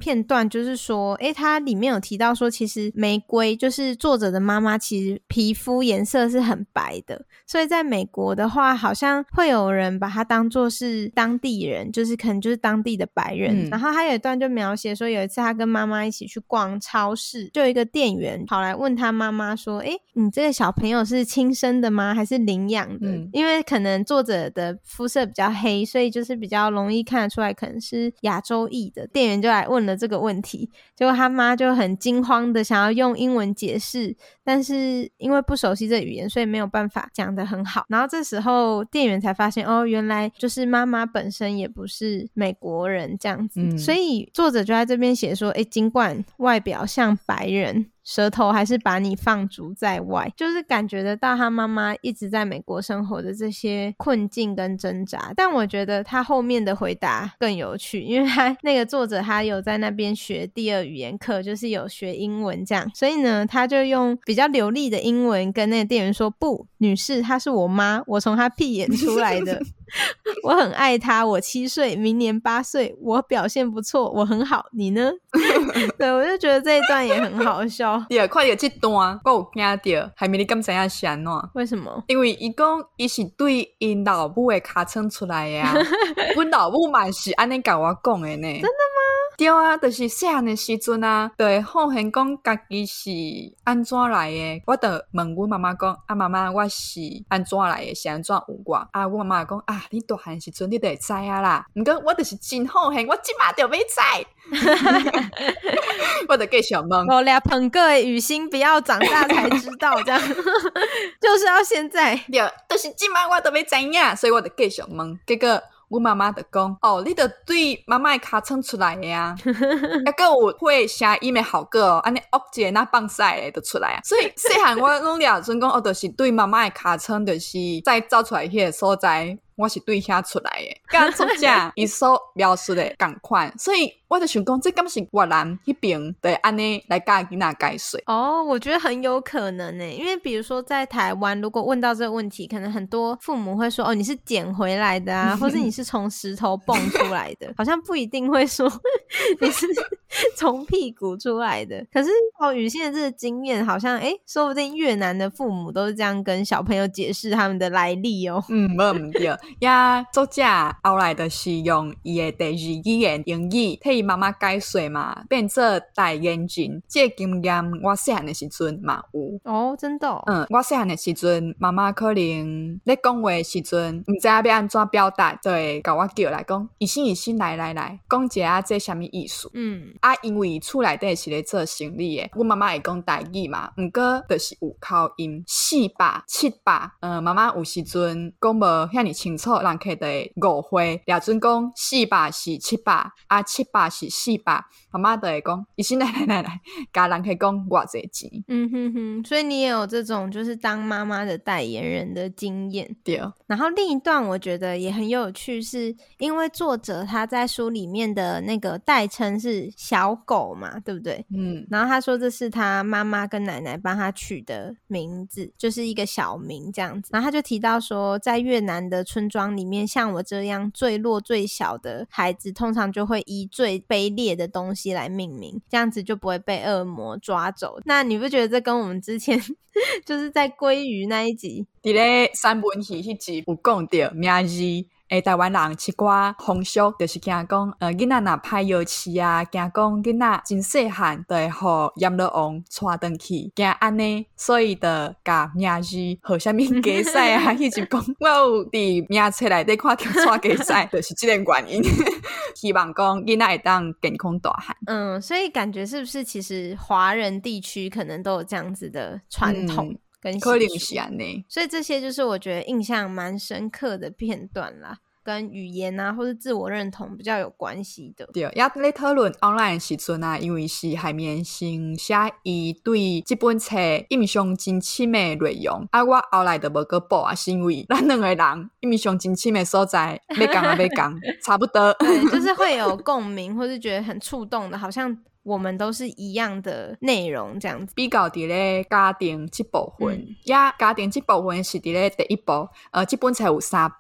段就是说诶它里面有提到说其实玫瑰就是作者的妈妈其实皮肤颜色是很白的，所以在美国的话好像会有人把它当作是当地人，就是可能就是当地的白人、嗯、然后他有一段就描写说有一次他跟妈妈一起去逛超市，就有一个店员跑来问他妈妈说诶你这个小朋友是亲生的吗还是领养的、嗯、因为可能作者的肤色比较黑，所以就是比较容易看得出来可能是亚洲裔的，店员就来问了这个问题，结果他妈就很惊慌的想要用英文解释，但是因为不熟悉这语言所以没有办法讲得很好，然后这时候店员才发现哦原来就是妈妈本身也不是美国人这样子、嗯、所以作者就在这边写说诶尽管外表像白人舌头还是把你放逐在外，就是感觉得到他妈妈一直在美国生活的这些困境跟挣扎。但我觉得他后面的回答更有趣，因为他那个作者他有在那边学第二语言课，就是有学英文这样，所以呢他就用比较流利的英文跟那个店员说，不女士她是我妈，我从她屁眼出来的我很爱她，我七岁明年八岁，我表现不错，我很好，你呢对，我就觉得这一段也很好笑。 对，看到这段我有惊到，还没你敢知影是安怎？ 为什么？ 因为他说他是对他老母的尻川出来的啊我老母嘛是这样跟我讲的呢。 真的吗？ 对啊，就是细汉的时阵啊，就会好现讲家己是安怎来的，我就问阮妈妈讲啊，妈妈我是安怎来的，是安怎有我啊？我妈妈讲啊，你大汉时阵你就会知啊啦。不过我就是真好现，我现在就要知我就继续问我俩捧个的雨欣不要长大才知道这样就是要现在对，就是现在我就要知影，所以我就继续问，结果我妈妈就讲哦，你就对妈妈的尻川出来的啊还还有会声音的效果哦，这样恶一个那放屎的就出来啊。所以细汉我拢了准讲哦，就是对妈妈的尻川就是再走出来那个所在我是对遐出来的，跟作者他所描述的同款，所以我就想讲这敢是越南那边就会这样来教囡仔解说哦，我觉得很有可能耶，因为比如说在台湾如果问到这个问题，可能很多父母会说哦你是捡回来的啊或是你是从石头蹦出来的好像不一定会说你是从屁股出来的。可是哦雨欣的这个经验好像诶说不定越南的父母都是这样跟小朋友解释他们的来历哦。 嗯，没不对也作者后来就是用他的第二语言英语替他妈妈解说嘛，变做代言人。这个经验我细汉的时阵嘛有哦，真的哦。 嗯，我细汉的时阵妈妈可能在讲话的时阵不知道要安怎表达，就会跟我叫来讲医生医生来来来讲一下这什么意思。嗯啊，因为厝内底是咧做生意的，我妈妈会讲台语嘛，不过就是有口音，四百七百呃，妈妈有时阵讲无遐尼清楚，人客就会误会，了准讲四百是七百啊，七百是四百，妈妈就会讲医生来来来来跟人客讲偌济钱。 嗯哼哼，所以你也有这种就是当妈妈的代言人的经验。 对。 然后另一段我觉得也很有趣，是因为作者他在书里面的那个代称是小狗嘛，对不对？嗯。然后他说这是他妈妈跟奶奶帮他取的名字，就是一个小名这样子。然后他就提到说在越南的村庄里面，像我这样最弱最小的孩子通常就会以最卑劣的东西来命名，这样子就不会被恶魔抓走。那你不觉得这跟我们之前就是在鲑鱼那一集在咧三文鱼那集有讲到名字诶，台湾人七寡风俗就是惊讲呃，囡仔若歹药饲啊，惊讲囡仔真细汉就会互阎罗王带转去，惊安尼，所以就甲名字互啥物鸡屎啊迄集讲我有伫名册内底看到带鸡屎就是这个原因希望讲囡仔会当健康大汉。 嗯，所以感觉是不是其实华人地区可能都有这样子的传统、嗯跟可能是安尼， 所以这些就是我觉得印象蛮深刻的片段啦，跟语言啊或是自我认同比较有关系的。 对，也在讨论 online 的时阵啊，因为是海绵先写伊对这本册印象真深的内容啊，我后来就无搁补啊，是因为咱两个人印象真深的所在要讲啊要讲差不多对，就是会有共鸣或是觉得很触动的，好像我们都是一样的内容这样子。 比较伫咧家庭这部分、嗯、也家庭这部分是伫咧第一部呃，这本册有三部，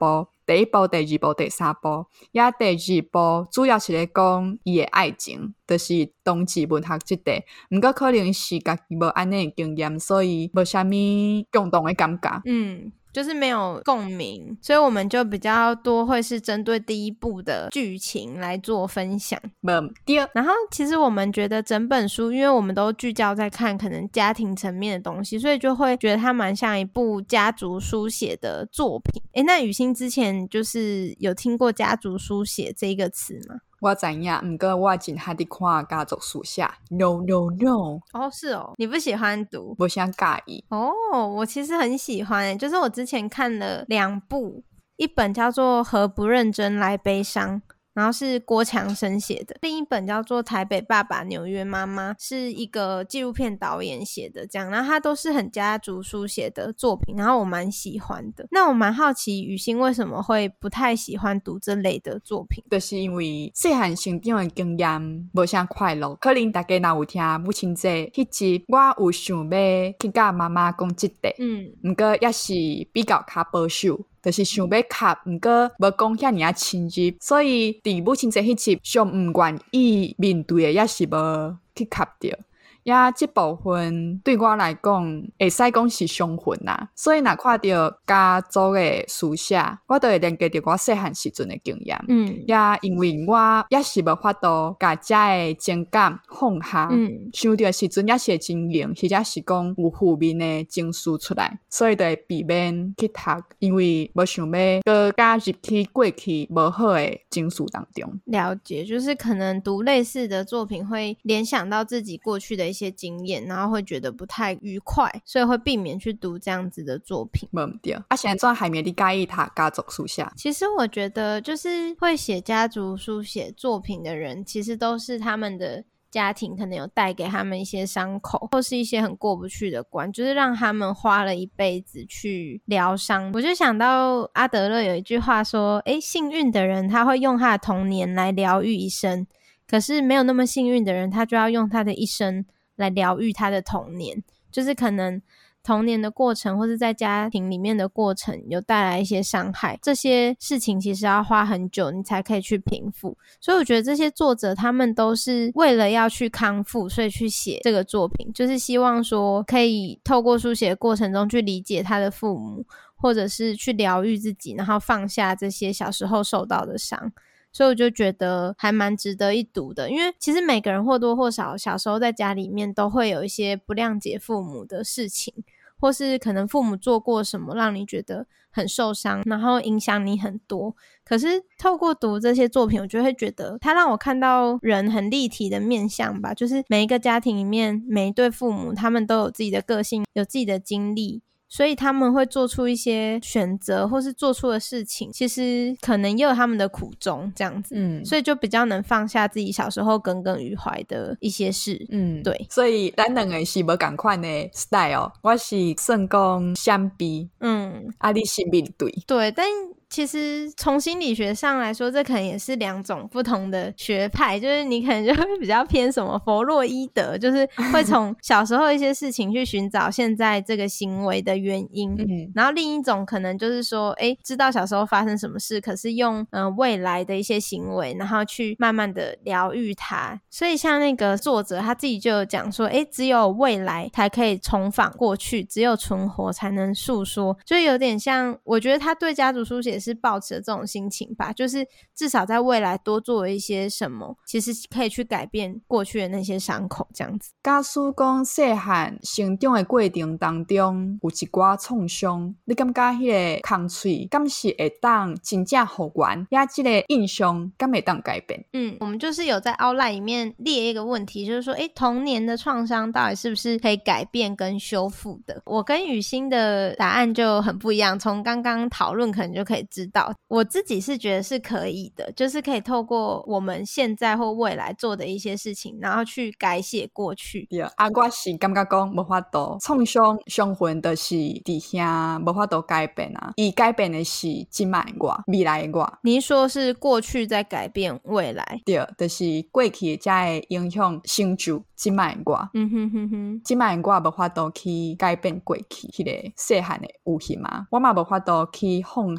第一部第二部第三部，也第二部主要是咧讲伊的爱情，就是同志文学这块，毋过可能是家己无安尼的经验，所以无啥物共同的感觉。 嗯，就是没有共鸣，所以我们就比较多会是针对第一部的剧情来做分享。 没对。 然后其实我们觉得整本书，因为我们都聚焦在看可能家庭层面的东西，所以就会觉得它蛮像一部家族书写的作品。诶，那雨欣之前就是有听过家族书写这个词吗？ 我知影，毋过我真罕伫看家族书写 ，no no no。 哦，是哦，你不喜欢读？ 无啥介意。 哦，我其实很喜欢诶，就是我之前看了两部，一本叫做《何不认真来悲伤》，然后是郭强生写的，另一本叫做《台北爸爸纽约妈妈》，是一个纪录片导演写的，这样，然后它都是很家族书写的作品，然后我蛮喜欢的。那我蛮好奇雨欣为什么会不太喜欢读这类的作品？ 就是因为细汉成长的经验无啥快乐，可能大家若有听母亲节迄集，我有想要去甲妈妈讲这块， 嗯， 毋过也是比较较保守。就是想要卡，毋过无讲遐尔啊深入，所以伫母亲节迄集上毋愿意面对的，也是无去卡着。也即部分对我来讲，会使讲是伤痕啦。所以若看到家族的书写，我就会连接到我细汉时阵的经验。 嗯， 也因为我也是无法度甲遮的情感放下，嗯，想到的时阵也是会真硬，或者是讲有负面的情绪出来，所以就会避免去读，因为无想要搁加入去过去无好的情绪当中。 了解，就是可能读类似的作品会联想到自己过去的一些经验，然后会觉得不太愉快，所以会避免去读这样子的作品。 没对啊，现在怎还没你介意读家族书写？ 其实我觉得就是会写家族书写作品的人，其实都是他们的家庭可能有带给他们一些伤口，或是一些很过不去的关，就是让他们花了一辈子去疗伤。我就想到阿德勒有一句话说，诶，幸运的人他会用他的童年来疗愈一生，可是没有那么幸运的人，他就要用他的一生来疗愈他的童年，就是可能童年的过程或是在家庭里面的过程有带来一些伤害，这些事情其实要花很久你才可以去平复，所以我觉得这些作者他们都是为了要去康复，所以去写这个作品，就是希望说可以透过书写的过程中去理解他的父母，或者是去疗愈自己，然后放下这些小时候受到的伤。所以我就觉得还蛮值得一读的，因为其实每个人或多或少小时候在家里面都会有一些不谅解父母的事情，或是可能父母做过什么让你觉得很受伤，然后影响你很多。可是透过读这些作品，我就会觉得它让我看到人很立体的面向吧，就是每一个家庭里面每一对父母他们都有自己的个性，有自己的经历，所以他们会做出一些选择或是做出的事情，其实可能也有他们的苦衷这样子，嗯，所以就比较能放下自己小时候耿耿于怀的一些事，嗯，对。 所以咱两个是无同款的 style， 我是算讲相比，嗯，啊你是面对， 对，但其实从心理学上来说，这可能也是两种不同的学派，就是你可能就会比较偏什么弗洛伊德，就是会从小时候一些事情去寻找现在这个行为的原因，嗯，然后另一种可能就是说诶知道小时候发生什么事，可是用呃未来的一些行为然后去慢慢的疗愈它。所以像那个作者他自己就有讲说，诶只有未来才可以重返过去，只有存活才能诉说，就有点像我觉得他对家族书写是抱持的这种心情吧，就是至少在未来多做一些什么，其实可以去改变过去的那些伤口这样子。 假使讲细汉成长的过程当中有一寡创伤，你感觉迄个空喙敢是会当真正复原，也这个印象敢会当改变？ 嗯，我们就是有在 outline 里面列一个问题，就是说诶童年的创伤到底是不是可以改变跟修复的。我跟雨欣的答案就很不一样，从刚刚讨论可能就可以知道，我自己是觉得是可以的，就是可以透过我们现在或未来做的一些事情，然后去改写过去。 对啊，我是感觉讲无法度，创伤伤痕就是伫遐无法度改变啊，伊改变的是即摆的我，未来的我。 你说是过去在改变未来？ 对，就是过去才会影响成就即摆的我。嗯哼哼哼，即摆的我无法度去改变过去迄个细汉的有形嘛，我嘛无法度去放下遐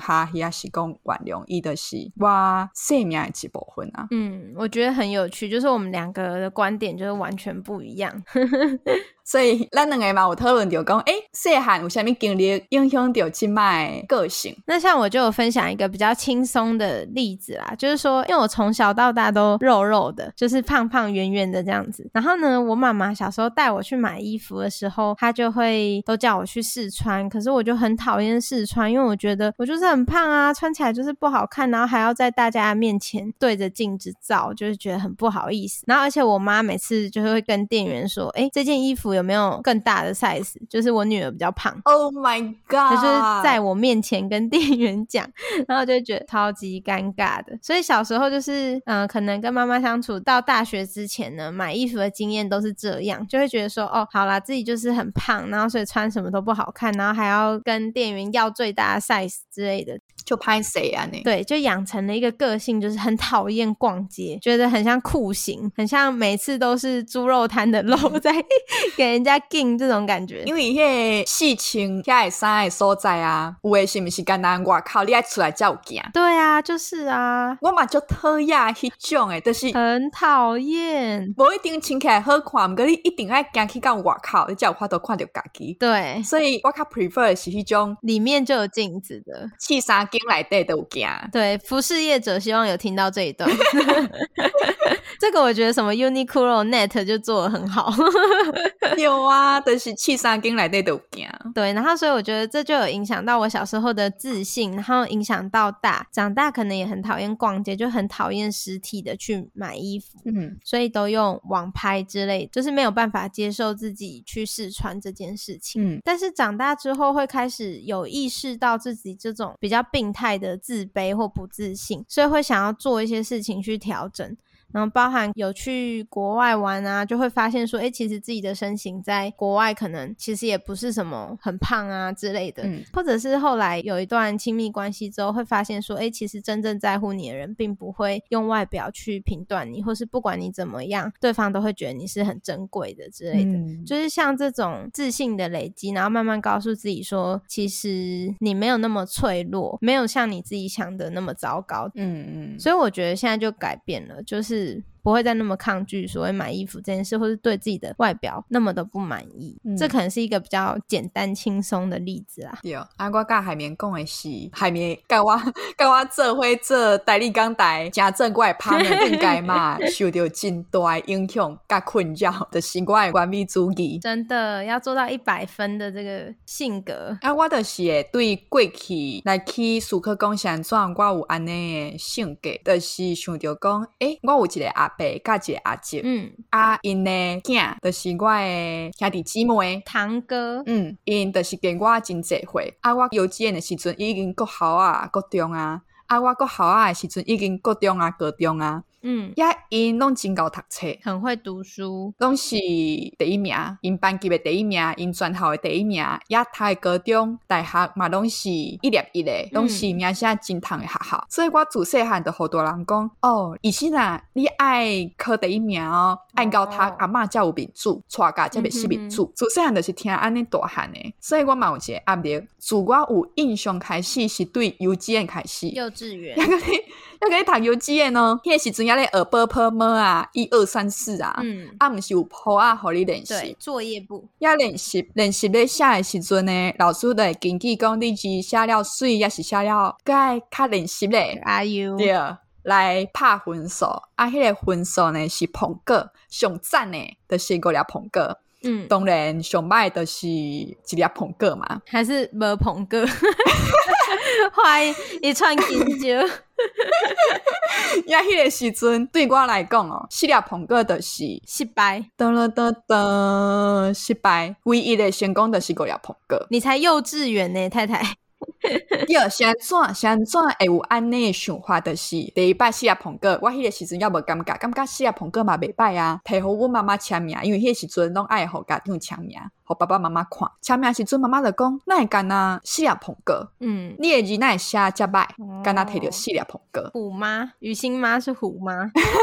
也是讲原谅伊就是我生命的一部分啊。 嗯，我觉得很有趣，就是我们两个的观点就是完全不一样。 所以咱两个嘛有讨论到讲，诶，细汉有啥物经历影响到现在的个性？ 那像我就有分享一个比较轻松的例子啦，就是说因为我从小到大都肉肉的，就是胖胖圆圆的这样子，然后呢我妈妈小时候带我去买衣服的时候，她就会都叫我去试穿，可是我就很讨厌试穿，因为我觉得我就是很胖啊，穿起来就是不好看，然后还要在大家面前对着镜子照，就是觉得很不好意思。然后而且我妈每次就会跟店员说，诶，这件衣服有没有更大的 size， 就是我女儿比较胖。 Oh my god， 就是在我面前跟店员讲，然后就觉得超级尴尬的。所以小时候就是嗯、呃，可能跟妈妈相处到大学之前呢，买衣服的经验都是这样，就会觉得说哦，好啦，自己就是很胖，然后所以穿什么都不好看，然后还要跟店员要最大的 size 之类的， 就拍谁啊你？ 对，就养成了一个个性，就是很讨厌逛街，觉得很像酷刑，很像每次都是猪肉摊的肉在给人家进这种感觉。 因为迄个四穿遐个衫的所在啊，有的是不是简单外口你爱出来才有行？ 对啊，就是啊， 我嘛就讨厌迄种的，就是很讨厌， 无一定穿起来好看，不过你一定爱行去到外口，你才有法度看到家己。 对， 所以我较 prefer 的是迄种里面就有镜子的， 试衫间内底都有行。 对，服饰业者希望有听到这一段。这个我觉得什么 Uniqlo、Net 就做得很好。 有啊，就是试衫间内底都有行。 对，然后所以我觉得这就有影响到我小时候的自信，然后影响到大长大可能也很讨厌逛街，就很讨厌实体的去买衣服， 嗯， 所以都用网拍之类，就是没有办法接受自己去试穿这件事情。 嗯， 但是长大之后会开始有意识到自己这种比较病态的自卑或不自信，所以会想要做一些事情去调整。然后包含有去国外玩啊，就会发现说，诶，其实自己的身形在国外可能其实也不是什么很胖啊之类的，嗯，或者是后来有一段亲密关系之后会发现说，诶，其实真正在乎你的人并不会用外表去评断你，或是不管你怎么样，对方都会觉得你是很珍贵的之类的，嗯，就是像这种自信的累积，然后慢慢告诉自己说，其实你没有那么脆弱，没有像你自己想的那么糟糕，嗯嗯，所以我觉得现在就改变了，就是不会再那么抗拒所谓买衣服这件事，或是对自己的外表那么的不满意，嗯，这可能是一个比较简单轻松的例子啦。 对啊，我甲海绵讲的是海绵甲我甲我做伙做代理港台真正我的拍面应该嘛受到真大的影响甲困扰，就是我的完美主义， 真的要做到一百分的这个性格啊，我就是会对过去来去思考讲是安怎我有安尼的性格，就是想着讲诶，我有一个阿伯甲一个阿姐，嗯，啊因的囝就是我的兄弟姊妹堂哥， 嗯，因就是跟我真侪岁，啊我幼稚园的时阵已经国小啊国中啊，啊我国小啊的时阵已经国中啊高中啊，嗯，也因拢真够读册， 很会读书， 拢是第一名，因班级的第一名，因全校的第一名，也读的高中大学嘛拢是一列一的，拢是名声真痛的学校，嗯，所以我自细汉就互大人讲，哦，医生啊，你爱考第一名哦，爱高读，阿嬷才有面子，带家才袂失面子，自细汉就是听安尼大汉的，所以我嘛有一个压力，自我有印象开始是对幼稚园开始， 幼稚园， 要给你要给你读幼稚园哦，迄个时阵也咧学波波么啊，一二三四啊，嗯，啊毋是有谱啊，互你练习， 对，作业簿， 也练习练习咧写的时阵呢，老师就会根据讲你是写了水，也是写了，该较练习咧 ，Are you 对，来拍分数，啊，迄个分数呢是捧果，上赞的就是五粒捧果。嗯，当然上歹就是一粒捧果嘛， 还是无捧果，画一串金蕉。 呀，迄个时阵对我来讲哦，四粒捧果就是失败， 噔了噔噔，失败，唯一的成功就是五粒捧果。 你才幼稚园呢，太太。 对，是安怎是安怎会有安尼的想法，就是第一摆四粒捧果，我迄个时阵也无感觉，感觉四粒捧果嘛袂歹啊，摕互阮妈妈签名，因为迄个时阵拢爱互家长签名，互爸爸妈妈看。签名时阵，妈妈就讲，哪会干那四粒捧果？嗯，你的字哪会写遮歹？干那摕着四粒捧果？ 虎妈，雨欣妈是虎妈。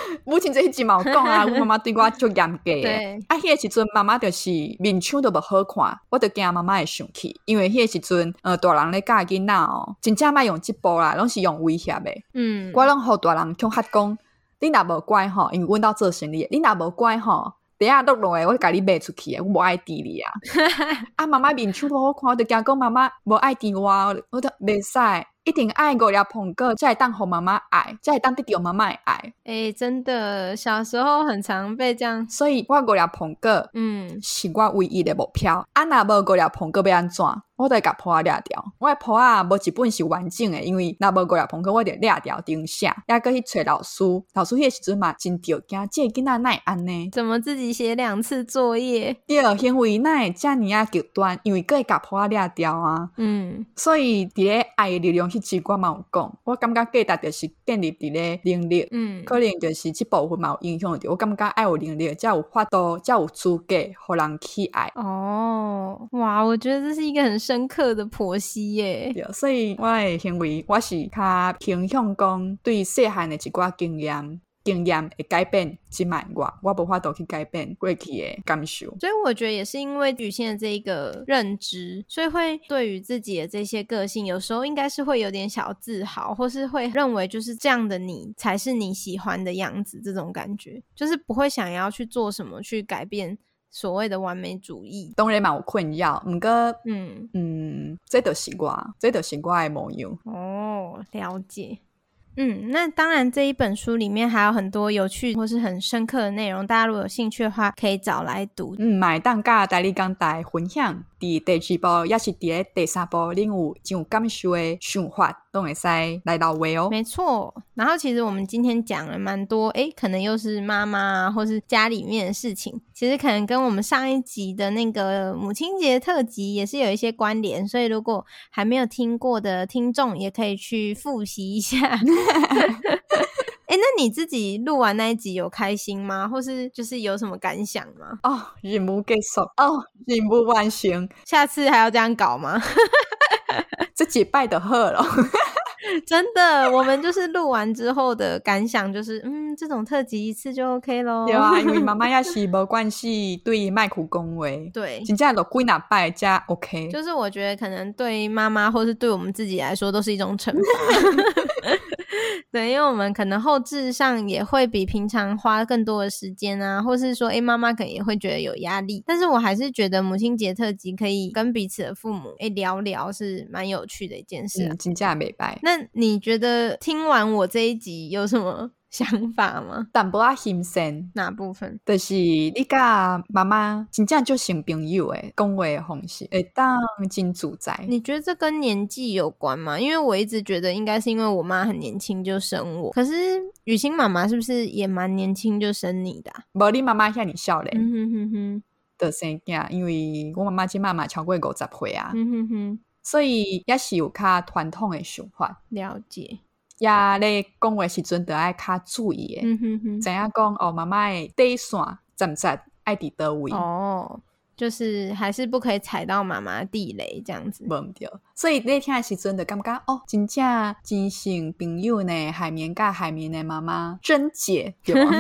母亲这迄集嘛有讲啊，阮妈妈对我足严格对的。啊，迄个时阵妈妈就是面相都无好看，我就惊妈妈会生气，因为迄个时阵呃大人咧教囡仔哦，真正莫用即步啦，拢是用威胁的。 嗯， 我拢互大人恐吓讲，你若无乖吼，因为阮兜做生意，你若无乖吼。等下落落诶，我甲你卖出去诶，我无爱滴你啊！啊，妈妈面相都好看，我就惊讲妈妈无爱滴我，我就袂使，一定爱五粒苹果，才会当互妈妈爱，才会当得到妈妈诶爱。 诶、欸，真的，小时候很常被这样， 所以我五粒苹果，嗯，是我唯一的目标。啊，若无五粒苹果要安怎？我就会甲簿仔掠掉。我的簿仔无一本是完整的，因为若无五粒苹果，我就掠掉顶写，还搁去找老师。老师迄个时阵嘛真着惊，这个囡仔哪会安呢？ 怎么自己写两次作业？ 对，行为哪会这么啊极端？因为搁会甲簿仔掠掉啊。嗯，所以伫咧爱的力量迄集我嘛有讲，我感觉价值就是建立伫咧能力。嗯，可能就是这部分嘛有影响着。我感觉爱有能力，才有法度，才有资格互人去爱。 哦，哇，我觉得这是一个很深刻的剖析耶。 对，所以我的行为我是较倾向讲对细汉的一寡经验经验会改变即卖我我无法度去改变过去的感受。 所以我觉得也是因为雨欣的这一个认知，所以会对于自己的这些个性有时候应该是会有点小自豪，或是会认为就是这样的你才是你喜欢的样子，这种感觉就是不会想要去做什么去改变所谓的完美主义。 当然嘛有困扰，不过嗯嗯，这就是我这就是我的模样。 哦，了解。嗯，那当然这一本书里面还有很多有趣或是很深刻的内容，大家如果有兴趣的话可以找来读。 嗯，嘛会当甲台理讲台分享，伫第二部也是伫咧第三部恁有真有感受的想法都会使来到话哦。 没错，然后其实我们今天讲了蛮多诶可能又是妈妈啊或是家里面的事情，其实可能跟我们上一集的那个母亲节特辑也是有一些关联，所以如果还没有听过的听众也可以去复习一下。欸，那你自己录完那一集有开心吗？或是就是有什么感想吗？ 哦，任务结束哦，任务完成， 下次还要这样搞吗？ 这一摆就好了。 真的，我们就是录完之后的感想就是嗯，这种特辑一次就 OK 咯。 对啊，因为妈妈也是没关系对麦克讲话， 对， 真正就几哪摆才 OK。 就是我觉得可能对妈妈或是对我们自己来说都是一种惩罚。对，因为我们可能后置上也会比平常花更多的时间啊，或是说诶妈妈可能也会觉得有压力，但是我还是觉得母亲节特辑可以跟彼此的父母诶聊聊是蛮有趣的一件事啊。 嗯，真正袂歹。 那你觉得听完我这一集有什么想法吗？ 淡薄仔新鲜。 哪部分？ 就是你甲妈妈真正就成朋友的讲话的方式会当真自在。 你觉得这跟年纪有关吗？因为我一直觉得应该是因为我妈很年轻就生我，可是雨欣妈妈是不是也蛮年轻就生你的啊？ 没你妈妈遐尔少咧， 嗯哼哼哼， 就生囝，因为我妈妈即妈妈超过五十岁啊， 嗯哼哼， 所以也是有较传统的想法。 了解。 也咧讲话时阵就要较注意的， 嗯哼哼， 知影讲哦，妈妈的底线站在爱伫倒位哦，就是还是不可以踩到妈妈地雷这样子。 无毋对，所以你听的时阵就感觉哦，真正真成朋友呢，海绵甲海绵的妈妈真姐对吗？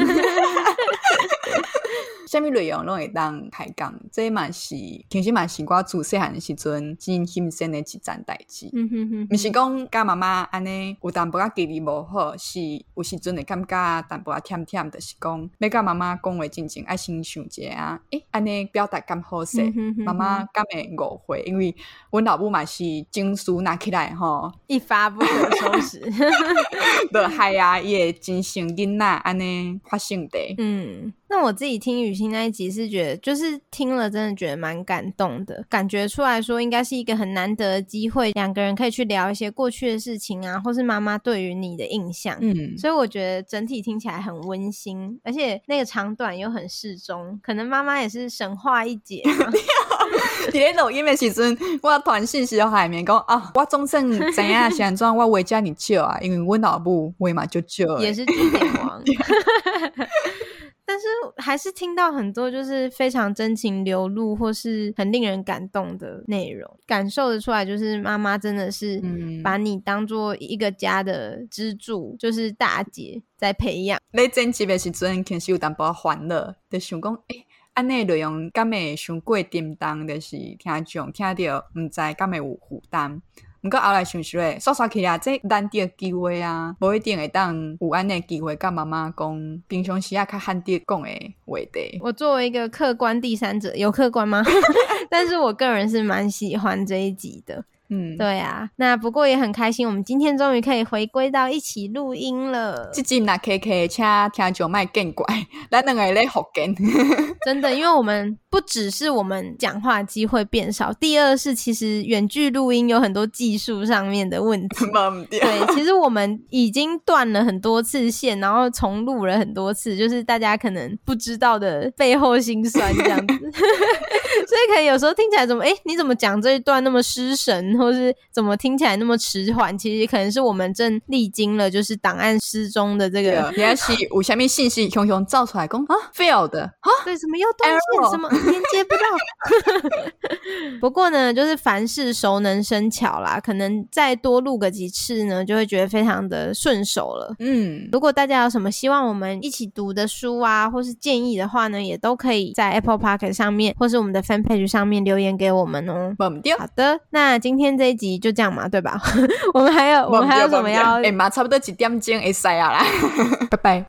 什么内容拢会当开讲，这嘛是其实嘛是我自细汉的时阵真新鲜的一件代志。嗯哼哼，不是讲甲妈妈安尼有淡薄仔记忆无好，是有时阵会感觉淡薄仔忝忝，就是讲要甲妈妈讲话之前爱先想一下啊，诶，安尼表达敢好势，妈妈敢会误会，因为阮老母嘛是情绪拿起来吼， 一发不可收拾， 就害啊，伊会真像囡仔安尼发生的。 嗯。那我自己听雨欣那一集是觉得就是听了真的觉得蛮感动的，感觉出来说应该是一个很难得的机会，两个人可以去聊一些过去的事情啊，或是妈妈对于你的印象。嗯，所以我觉得整体听起来很温馨，而且那个长短又很适中，可能妈妈也是神话一姐嘛。 伫咧录音的时阵，我传信息到海绵讲啊，我总算知影是安怎我话遮尔少啊，因为阮老母话嘛就少， 也是句点王。 但是还是听到很多就是非常真情流露或是很令人感动的内容，感受得出来就是妈妈真的是把你当作一个家的支柱、嗯、就是大姐在培养。 你剪辑的时阵其实有淡薄烦恼，就想讲诶安内内容敢会伤过沉重，就是听众听到不知敢会有负担。不过后来想想诶，刷刷起来这难得的机会啊，无一定会当有安内机会跟妈妈讲平常时啊较罕得讲的话题。 我作为一个客观第三者，有客观吗？但是我个人是蛮喜欢这一集的。嗯，对啊，那不过也很开心，我们今天终于可以回归到一起录音了。 这集若 K K 请听众别见怪，咱两个咧福建。 真的，因为我们不只是我们讲话机会变少，第二是其实远距录音有很多技术上面的问题。对，其实我们已经断了很多次线，然后重录了很多次，就是大家可能不知道的背后辛酸这样子。所以可能有时候听起来怎么诶你怎么讲这一段那么失神，或是怎么听起来那么迟缓，其实可能是我们正历经了就是档案失踪的这个也是有什么信息熊熊照出来说啊 failed 啊， 对，什么又断线，什么连接不到。不过呢就是凡事熟能生巧啦，可能再多录个几次呢就会觉得非常的顺手了。嗯，如果大家有什么希望我们一起读的书啊或是建议的话呢，也都可以在 Apple Podcast 上面或是我们的 fanpage 上面留言给我们哦。好的，那今天这一集就这样嘛，对吧？我们还有我们还有什么要？ 哎妈，差不多一点钟会使啊啦。拜拜。